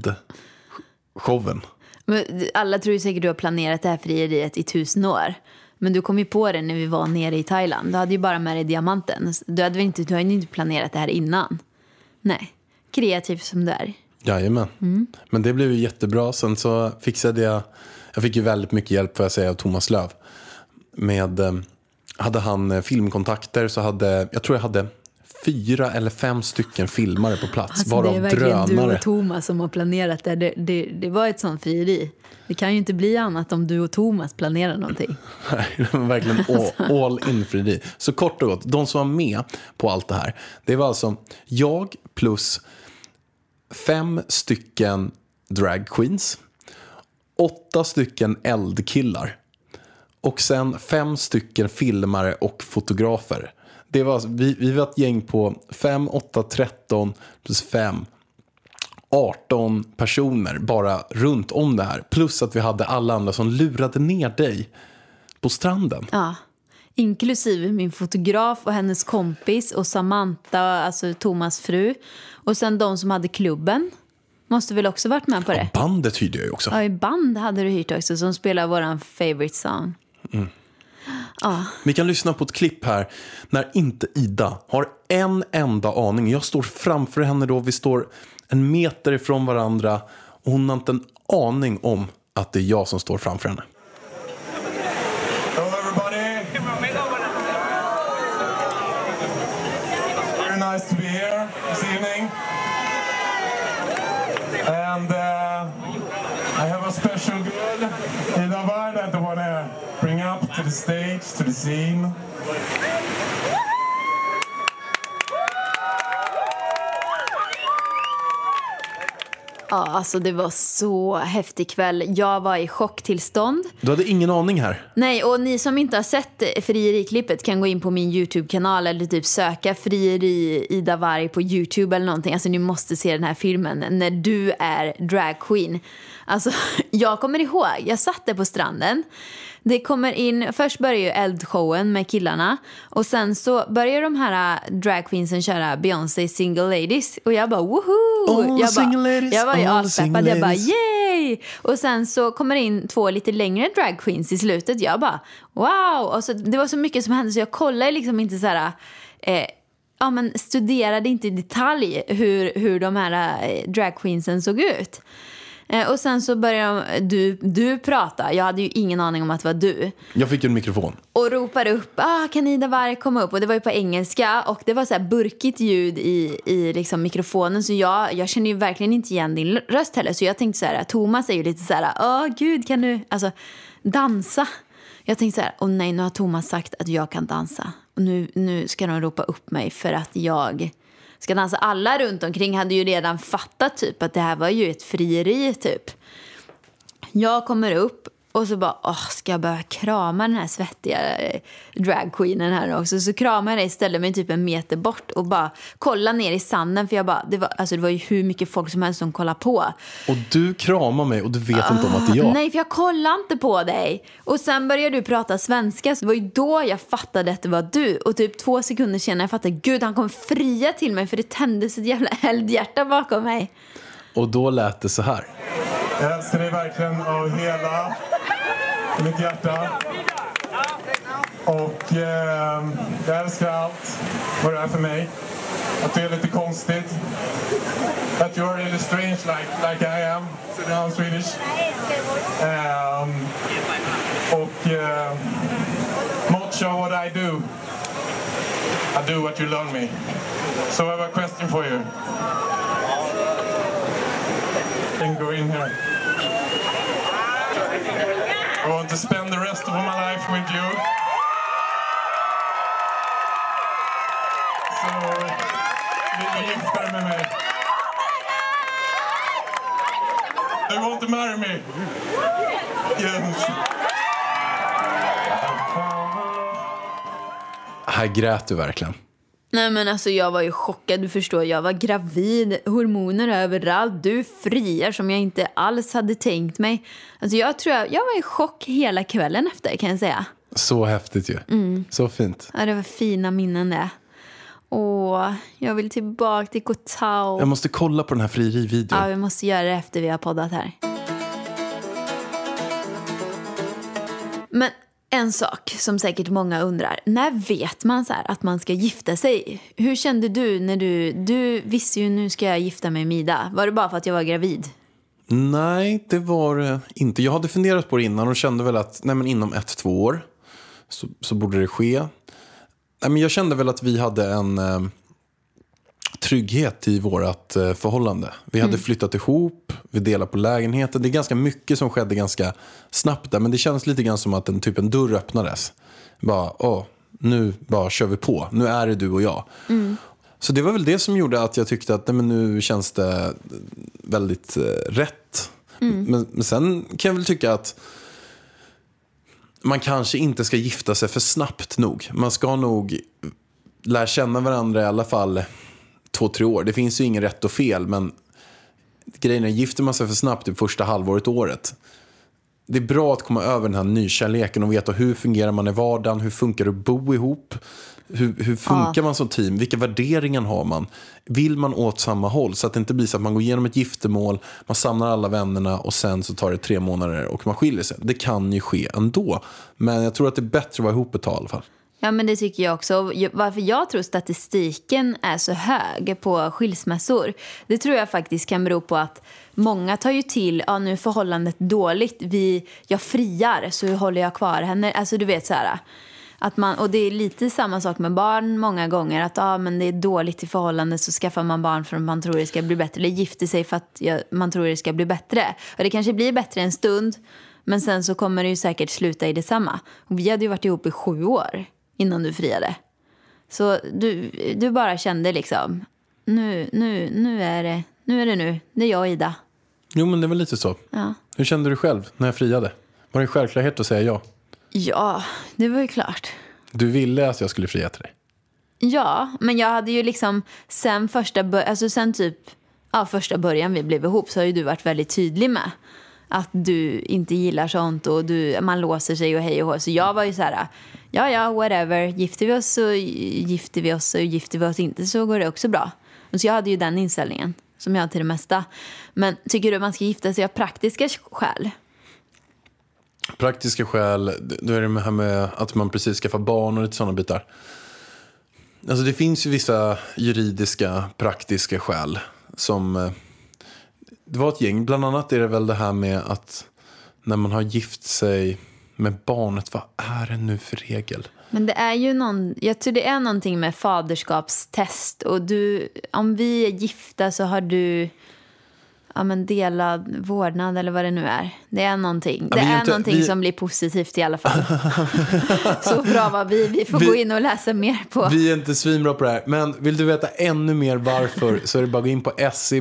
eldshowen. Men alla tror ju säkert du har planerat det här frieriet i 1000 år. Men du kom ju på det när vi var nere i Thailand. Du hade ju bara med dig diamanten. Du hade inte planerat det här innan. Nej, kreativ som du är. Jajamän. Men det blev ju jättebra. Sen så fixade jag fick ju väldigt mycket hjälp, får jag säga, av Thomas Löv. Hade han filmkontakter så jag tror jag hade 4 eller 5 stycken filmare på plats. Alltså, varav det är verkligen drönare. du och Thomas som har planerat det. Det var ett sånt frieri. Det kan ju inte bli annat om du och Thomas planerar någonting. Nej, det var verkligen all in frieri. Så kort och gott, de som var med på allt det här, det var alltså jag plus 5 stycken drag queens, 8 stycken eldkillar och sen 5 stycken filmare och fotografer. Det var, vi var ett gäng på 5, 8, 13 plus 5, 18 personer bara runt om det här. Plus att vi hade alla andra som lurade ner dig på stranden. Ja, inklusive min fotograf och hennes kompis och Samantha, alltså Thomas fru. Och sen de som hade klubben. Måste väl också varit med på det? Ja, bandet hyrde jag ju också. Ja, i band hade du hyrt också som spelar våran favorite song. Ja. Vi kan lyssna på ett klipp här när inte Ida har en enda aning. Jag står framför henne då, vi står 1 meter ifrån varandra och hon har inte en aning om att det är jag som står framför henne. Hello everybody. Very nice to be here this evening. And I have a special girl, Ida Ward, that I want to bring up to the stage, to the scene. Ja, alltså det var så häftig kväll. Jag var i chocktillstånd. Du hade ingen aning här. Nej, och ni som inte har sett frieri-klippet kan gå in på min YouTube-kanal eller typ söka frieri Ida Warg på YouTube eller någonting. Alltså ni måste se den här filmen när du är drag queen. Alltså jag kommer ihåg, jag satt där på stranden. Det kommer in, först börjar ju eldshowen med killarna och sen så börjar de här drag queensen köra Beyoncé Single Ladies och jag bara woho! Jag var ju aspeppad, jag bara yay! Och sen så kommer det in 2 lite längre drag queens i slutet, jag bara wow! Och så, det var så mycket som hände så jag kollade liksom inte så här men studerade inte i detalj hur de här drag queensen såg ut. Och sen så började du prata. Jag hade ju ingen aning om att det var du. Jag fick en mikrofon. Och ropar upp, kan Ida Warg komma upp? Och det var ju på engelska. Och det var så här burkigt ljud i liksom mikrofonen. Så jag känner ju verkligen inte igen din röst heller. Så jag tänkte så här, Thomas är ju lite så här, gud kan du dansa? Jag tänkte så här, nej nu har Thomas sagt att jag kan dansa. Och nu ska de ropa upp mig för att jag ska dansa. Alla runt omkring hade ju redan fattat typ att det här var ju ett frieri typ. Jag kommer upp och så bara, ska jag börja krama den här svettiga dragqueenen här också. Så kramar jag dig, ställer mig typ 1 meter bort och bara kolla ner i sanden. För jag bara, det var ju hur mycket folk som helst som kollar på. Och du kramar mig och du vet inte om att det är jag. Nej, för jag kollar inte på dig. Och sen började du prata svenska. Så det var ju då jag fattade att det var du. Och typ 2 sekunder senare jag fattade, gud han kommer fria till mig. För det tändes ett jävla eldhjärta bakom mig. Och då lät det så här. Jag älskar dig verkligen av hela mitt hjärta. Och jag älskar allt vad det är för mig. Att det är lite konstigt. That you are really strange like I am. So now I'm Swedish. Not sure what I do. I do what you learn me. So I have a question for you. Then go in here. I want to spend the rest of my life with you. Så vill du gifta dig med mig? Do you want to marry me? Yes. Här grät du verkligen. Nej men alltså jag var ju chockad, du förstår. Jag var gravid, hormoner överallt. Du friar som jag inte alls hade tänkt mig. Alltså jag var i chock hela kvällen efter, kan jag säga. Så häftigt ju. Så fint. Ja, det var fina minnen det. Jag vill tillbaka till Kotau. Jag måste kolla på den här frieri-videon. Ja, vi måste göra det efter vi har poddat här. Men en sak som säkert många undrar. När vet man så här att man ska gifta sig? Hur kände du när du visste ju nu ska jag gifta mig med Ida? Var det bara för att jag var gravid? Nej, det var det inte. Jag hade funderat på det innan och kände väl att inom 1-2 år så borde det ske. Nej, men jag kände väl att vi hade en trygghet i vårat förhållande. Vi hade flyttat ihop, vi delade på lägenheten. Det är ganska mycket som skedde ganska snabbt där, men det känns lite grann som att en dörr öppnades. Nu bara kör vi på. Nu är det du och jag. Så det var väl det som gjorde att jag tyckte att nu känns det väldigt rätt. Men sen kan jag väl tycka att man kanske inte ska gifta sig för snabbt nog. Man ska nog lära känna varandra i alla fall 2-3 år. Det finns ju ingen rätt och fel, men grejen är, gifter man sig för snabbt i första halvåret året. Det är bra att komma över den här nykärleken och veta hur fungerar man i vardagen, hur funkar det att bo ihop, hur funkar man som team, vilka värderingar har man, vill man åt samma håll, så att det inte blir så att man går igenom ett giftermål, man samlar alla vännerna och sen så tar det 3 månader och man skiljer sig. Det kan ju ske ändå, men jag tror att det är bättre att vara ihop ett tag i alla fall. Ja, men det tycker jag också. Varför jag tror statistiken är så hög på skilsmässor, det tror jag faktiskt kan bero på att många tar ju till, nu är förhållandet dåligt, jag friar så håller jag kvar henne. Alltså du vet så här, att och det är lite samma sak med barn många gånger, att men det är dåligt i förhållandet så skaffar man barn för att man tror det ska bli bättre, eller gifter sig för att man tror det ska bli bättre. Och det kanske blir bättre en stund, men sen så kommer det ju säkert sluta i detsamma. Och vi hade ju varit ihop i 7 år innan du friade. Så du bara kände liksom, nu är det nu. Det är jag och Ida. Jo, men det var lite så. Ja. Hur kände du själv när jag friade? Var det en självklarhet att säga ja? Ja, det var ju klart. Du ville att jag skulle fria till dig? Ja, men jag hade ju liksom sen första början vi blev ihop så har ju du varit väldigt tydlig med att du inte gillar sånt och man låser sig och hej och hå. Så jag var ju så här, ja, whatever. Gifter vi oss så gifter vi oss och gifter vi oss inte så går det också bra. Och så jag hade ju den inställningen som jag har till det mesta. Men tycker du man ska gifta sig av praktiska skäl? Praktiska skäl, då är det här med att man precis skaffar barn och lite sådana bitar. Alltså det finns ju vissa juridiska, praktiska skäl som... Det var ett gäng, bland annat är det väl det här med att när man har gift sig med barnet, vad är det nu för regel? Men det är ju jag tror det är någonting med faderskapstest och om vi är gifta så har du delad vårdnad eller vad det nu är. Det är någonting. Det är någonting som blir positivt i alla fall. Så bra var vi får gå in och läsa mer på. Vi är inte svinbra på det här. Men vill du veta ännu mer varför så är det bara att gå in på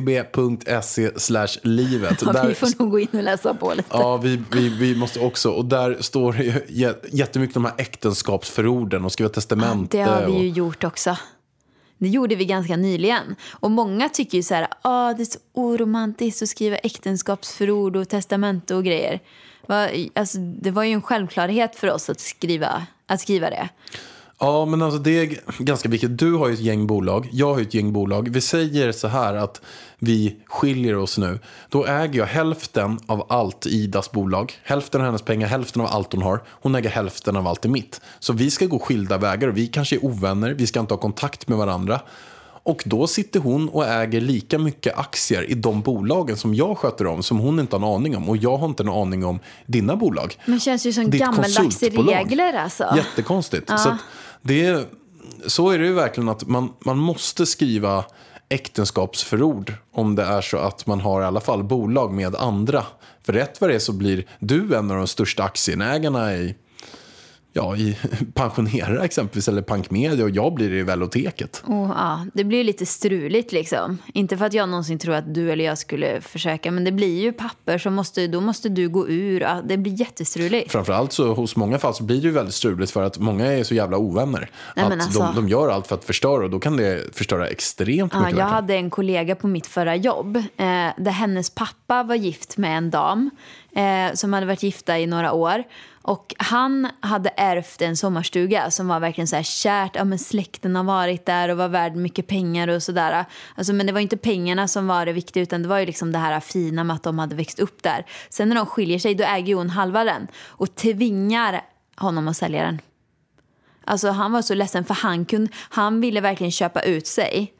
scb.se/livet. Ja, vi får nog gå in och läsa på lite. Ja, vi måste också. Och där står det ju jättemycket de här äktenskapsförorden och skriva testamente. Ja, det har vi ju gjort också. Det gjorde vi ganska nyligen. Och många tycker ju så här, det är så oromantiskt att skriva äktenskapsförord och testamente och grejer. Alltså, det var ju en självklarhet för oss att skriva det. Ja, men alltså det är ganska viktigt. Du har ju ett gäng bolag, jag har ju ett gäng bolag. Vi säger så här att vi skiljer oss nu. Då äger jag hälften av allt i Idas bolag. Hälften av hennes pengar, hälften av allt hon har. Hon äger hälften av allt i mitt. Så vi ska gå skilda vägar och vi kanske är ovänner. Vi ska inte ha kontakt med varandra. Och då sitter hon och äger lika mycket aktier i de bolagen som jag sköter om, som hon inte har en aning om. Och jag har inte en aning om dina bolag. Men det känns ju som gammaldags regler alltså. Jättekonstigt. Ja. Så att så är det ju verkligen att man måste skriva äktenskapsförord om det är så att man har i alla fall bolag med andra. För rätt vad det är så blir du en av de största aktieägarna i pensionerare exempelvis eller Pankmedia och jag blir i Veloteket. Det blir lite struligt liksom. Inte för att jag någonsin tror att du eller jag skulle försöka, men det blir ju papper som då måste du gå ur. Det blir jättestruligt. Framförallt så hos många fall så blir det ju väldigt struligt för att många är så jävla ovänner. De gör allt för att förstöra och då kan det förstöra extremt mycket. Jag hade en kollega på mitt förra jobb där hennes pappa var gift med en dam som hade varit gifta i några år. Och han hade ärvt en sommarstuga som var verkligen så här kärt. Men släkten har varit där och var värd mycket pengar och sådär. Alltså, men det var inte pengarna som var det viktiga utan det var ju liksom det här fina med att de hade växt upp där. Sen när de skiljer sig då äger hon halva den och tvingar honom att sälja den. Alltså han var så ledsen för han ville verkligen köpa ut sig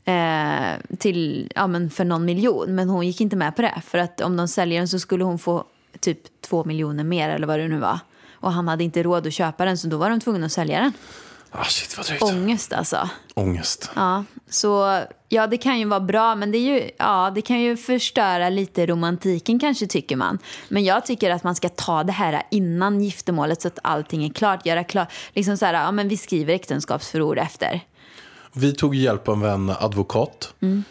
till för någon miljon. Men hon gick inte med på det för att om de säljer den så skulle hon få typ 2 miljoner mer eller vad det nu var. Och han hade inte råd att köpa den så då var de tvungna att sälja den. Shit, vad drygt. Ångest alltså. Ångest. Ja, så det kan ju vara bra men det kan ju förstöra lite romantiken kanske tycker man. Men jag tycker att man ska ta det här innan giftermålet så att allting är klart. Göra klart. Liksom så här, men vi skriver äktenskapsförord efter. Vi tog hjälp av en advokat.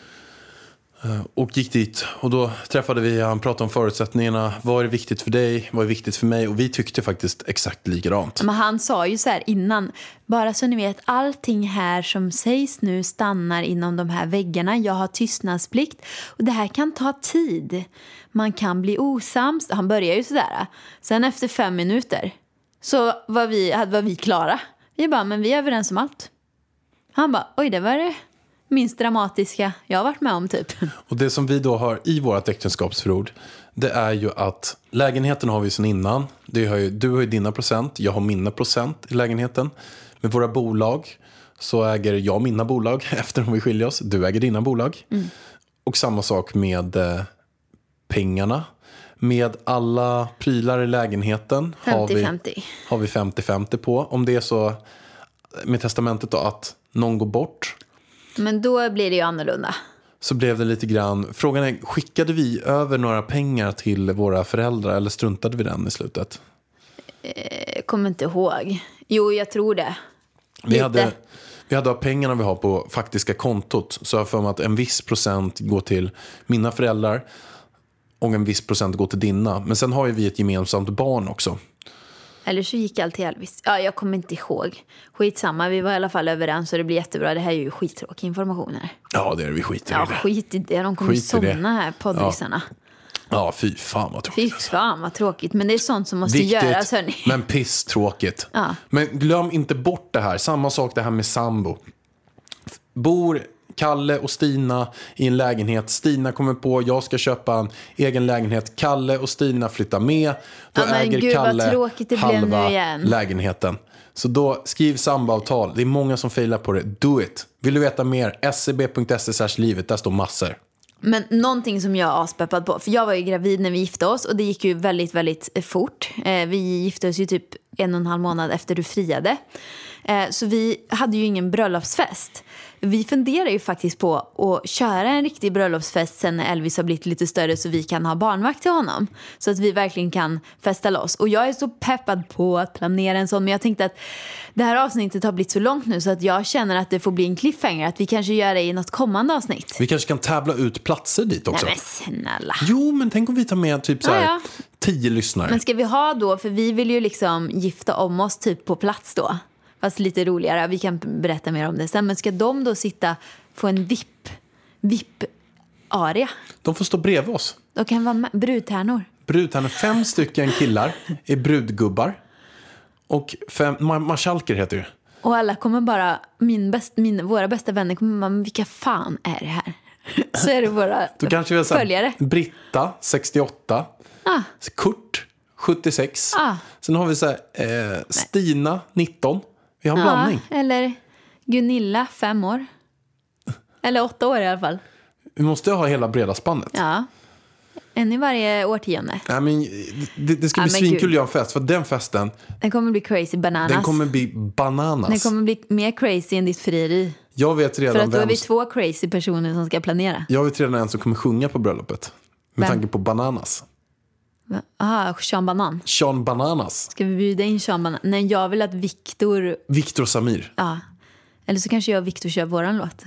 Och gick dit och då träffade vi, han pratade om förutsättningarna, vad är viktigt för dig, vad är viktigt för mig och vi tyckte faktiskt exakt likadant. Men han sa ju så här innan, bara så ni vet allting här som sägs nu stannar inom de här väggarna, jag har tystnadsplikt och det här kan ta tid, man kan bli osams, han börjar ju sådär, sen efter 5 minuter så var vi klara, vi bara, men vi är överens om allt. Han bara, oj det var det minst dramatiska jag har varit med om typ. Och det som vi då har i vårat äktenskapsförord, det är ju att lägenheten har vi sedan innan. Du har ju dina procent, jag har mina procent i lägenheten. Med våra bolag så äger jag mina bolag efter om vi skiljer oss. Du äger dina bolag. Och samma sak med pengarna. Med alla prylar i lägenheten 50-50. Har vi 50-50 på. Om det är så med testamentet då att någon går bort. Men då blir det ju annorlunda. Så blev det lite grann. Frågan är, skickade vi över några pengar till våra föräldrar eller struntade vi den i slutet? Kommer inte ihåg. Jo, jag tror det. Vi hade pengarna vi har på faktiska kontot. Så jag för mig att en viss procent går till mina föräldrar. och en viss procent går till dina. Men sen har ju vi ett gemensamt barn också. Eller så gick allt till Elvis. Ja, jag kommer inte ihåg. Skitsamma, vi var i alla fall överens och det blir jättebra. Det här är ju skittråkiga informationer. Ja, det är vi skit i. Ja, skit i det. De kommer somna här, poddlyssarna. Ja, fy fan vad tråkigt. Fy fan vad tråkigt. Men det är sånt som måste göras, hörni. Men pisstråkigt. Ja. Men glöm inte bort det här. Samma sak det här med sambo. Bor Kalle och Stina i en lägenhet. Stina kommer på, jag ska köpa en egen lägenhet. Kalle och Stina flyttar med. Då äger Kalle halva lägenheten. Så då skriv samboavtal. Det är många som failar på det. Do it. Vill du veta mer? scb.se/livet. Där står massor. Men någonting som jag är aspeppad på. För jag var ju gravid när vi gifte oss. Och det gick ju väldigt, väldigt fort. Vi gifte oss ju typ 1,5 månad efter du friade. Så vi hade ju ingen bröllopsfest. Vi funderar ju faktiskt på att köra en riktig bröllopsfest sen när Elvis har blivit lite större så vi kan ha barnvakt till honom. Så att vi verkligen kan festa loss. Och jag är så peppad på att planera en sån. Men jag tänkte att det här avsnittet har blivit så långt nu så att jag känner att det får bli en cliffhanger. Att vi kanske gör det i något kommande avsnitt. Vi kanske kan tävla ut platser dit också. Nej men snälla. Jo, men tänk om vi tar med typ så här 10 lyssnare. Men ska vi ha då, för vi vill ju liksom gifta om oss typ på plats då. Fast lite roligare, vi kan berätta mer om det sen. Men ska de då sitta på en VIP-area? De får stå bredvid oss. De kan vara brudtärnor. Brudtärnor, 5 stycken killar är brudgubbar. Och 5 marskalker heter det. Och alla kommer bara, våra bästa vänner kommer bara, men vilka fan är det här? Så är det våra då kanske vi har följare. Britta, 68. Kurt, 76. Sen har vi så här, Stina, 19. Vi har en blandning. Eller Gunilla, 5 år. Eller 8 år i alla fall. Vi måste ha hela breda spannet. Ja. En i varje årtionde. Nej, men det ska bli svinkul att göra en fest. För den festen... Den kommer bli crazy bananas. Den kommer bli bananas. Den kommer bli mer crazy än ditt frieri. Jag vet redan för att då är vi 2 crazy personer som ska planera. Jag vet redan en som kommer sjunga på bröllopet. Med tanke på bananas. Aha, Sean Banan. Sean Bananas. Ska vi bjuda in Sean Banan? Nej, jag vill att Victor Samir. Ja. Eller så kanske jag och Victor kör våran låt.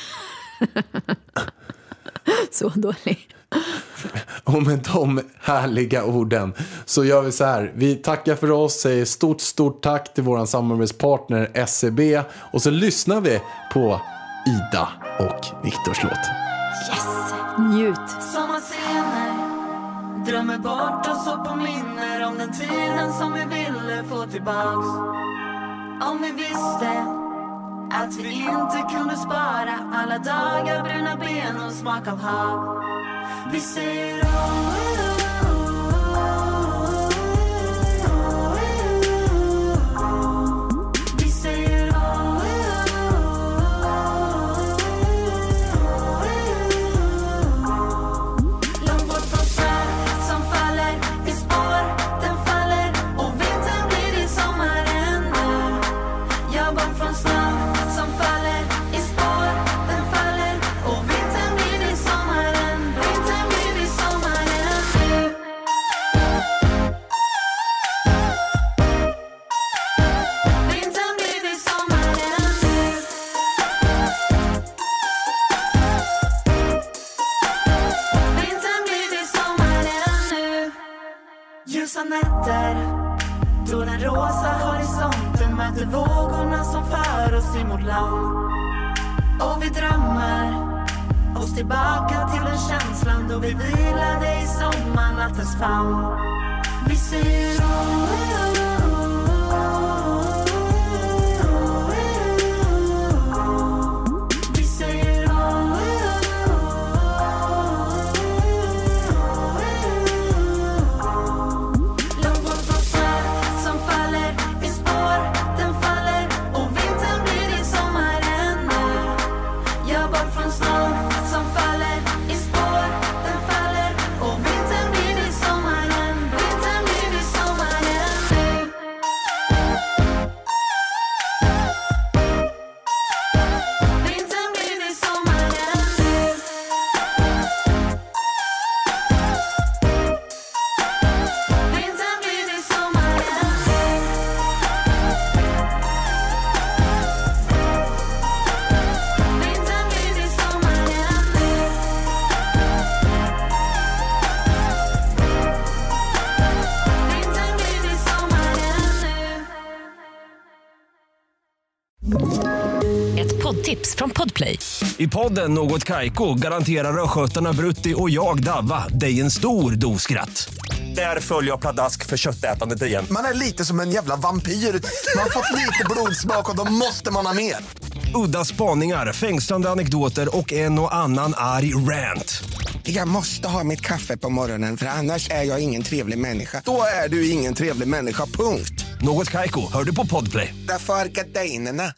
Så dålig. Och med de härliga orden så gör vi så här. Vi tackar för oss, säger stort tack till våran samarbetspartner SCB. Och så lyssnar vi på Ida och Viktors låt. Yes, njut. Sommarscener, drömmer bort oss och påminner om den tiden som vi ville få tillbaks. Om vi visste att vi inte kunde spara alla dagar, bruna ben och smak av hav. Vi säger vi säger långt bort från snö som faller i spår, den faller och vintern blir i sommaren nu. Jag bort från snö som faller i spår, den faller och vintern blir i sommaren. Vintern blir i sommaren nu. Vintern blir i sommaren nu. Vintern blir i sommaren nu. Ljusa nätter då den rosa horisonten möter vågorna som för oss in mot land. Och vi drömmer oss tillbaka till den känslan då vi vilade i sommarnattens famn. Vi ser vi säger långt bort från snö som faller i spår, den faller och vintern blir i sommaren nu. Jag bort från snö som faller i spår, den faller och vintern blir i sommaren. Vintern blir i sommaren nu. Ett poddtips från Podplay. I podden Något Kaiko garanterar östgötarna Brutti och jag Davva dig en stor doskratt. Där följer jag pladask för köttätandet igen. Man är lite som en jävla vampyr. Man har fått lite blodsmak och då måste man ha mer. Udda spaningar, fängslande anekdoter och en och annan arg rant. Jag måste ha mitt kaffe på morgonen för annars är jag ingen trevlig människa. Då är du ingen trevlig människa, punkt. Något Kaiko, hör du på Podplay. Därför är gardinerna.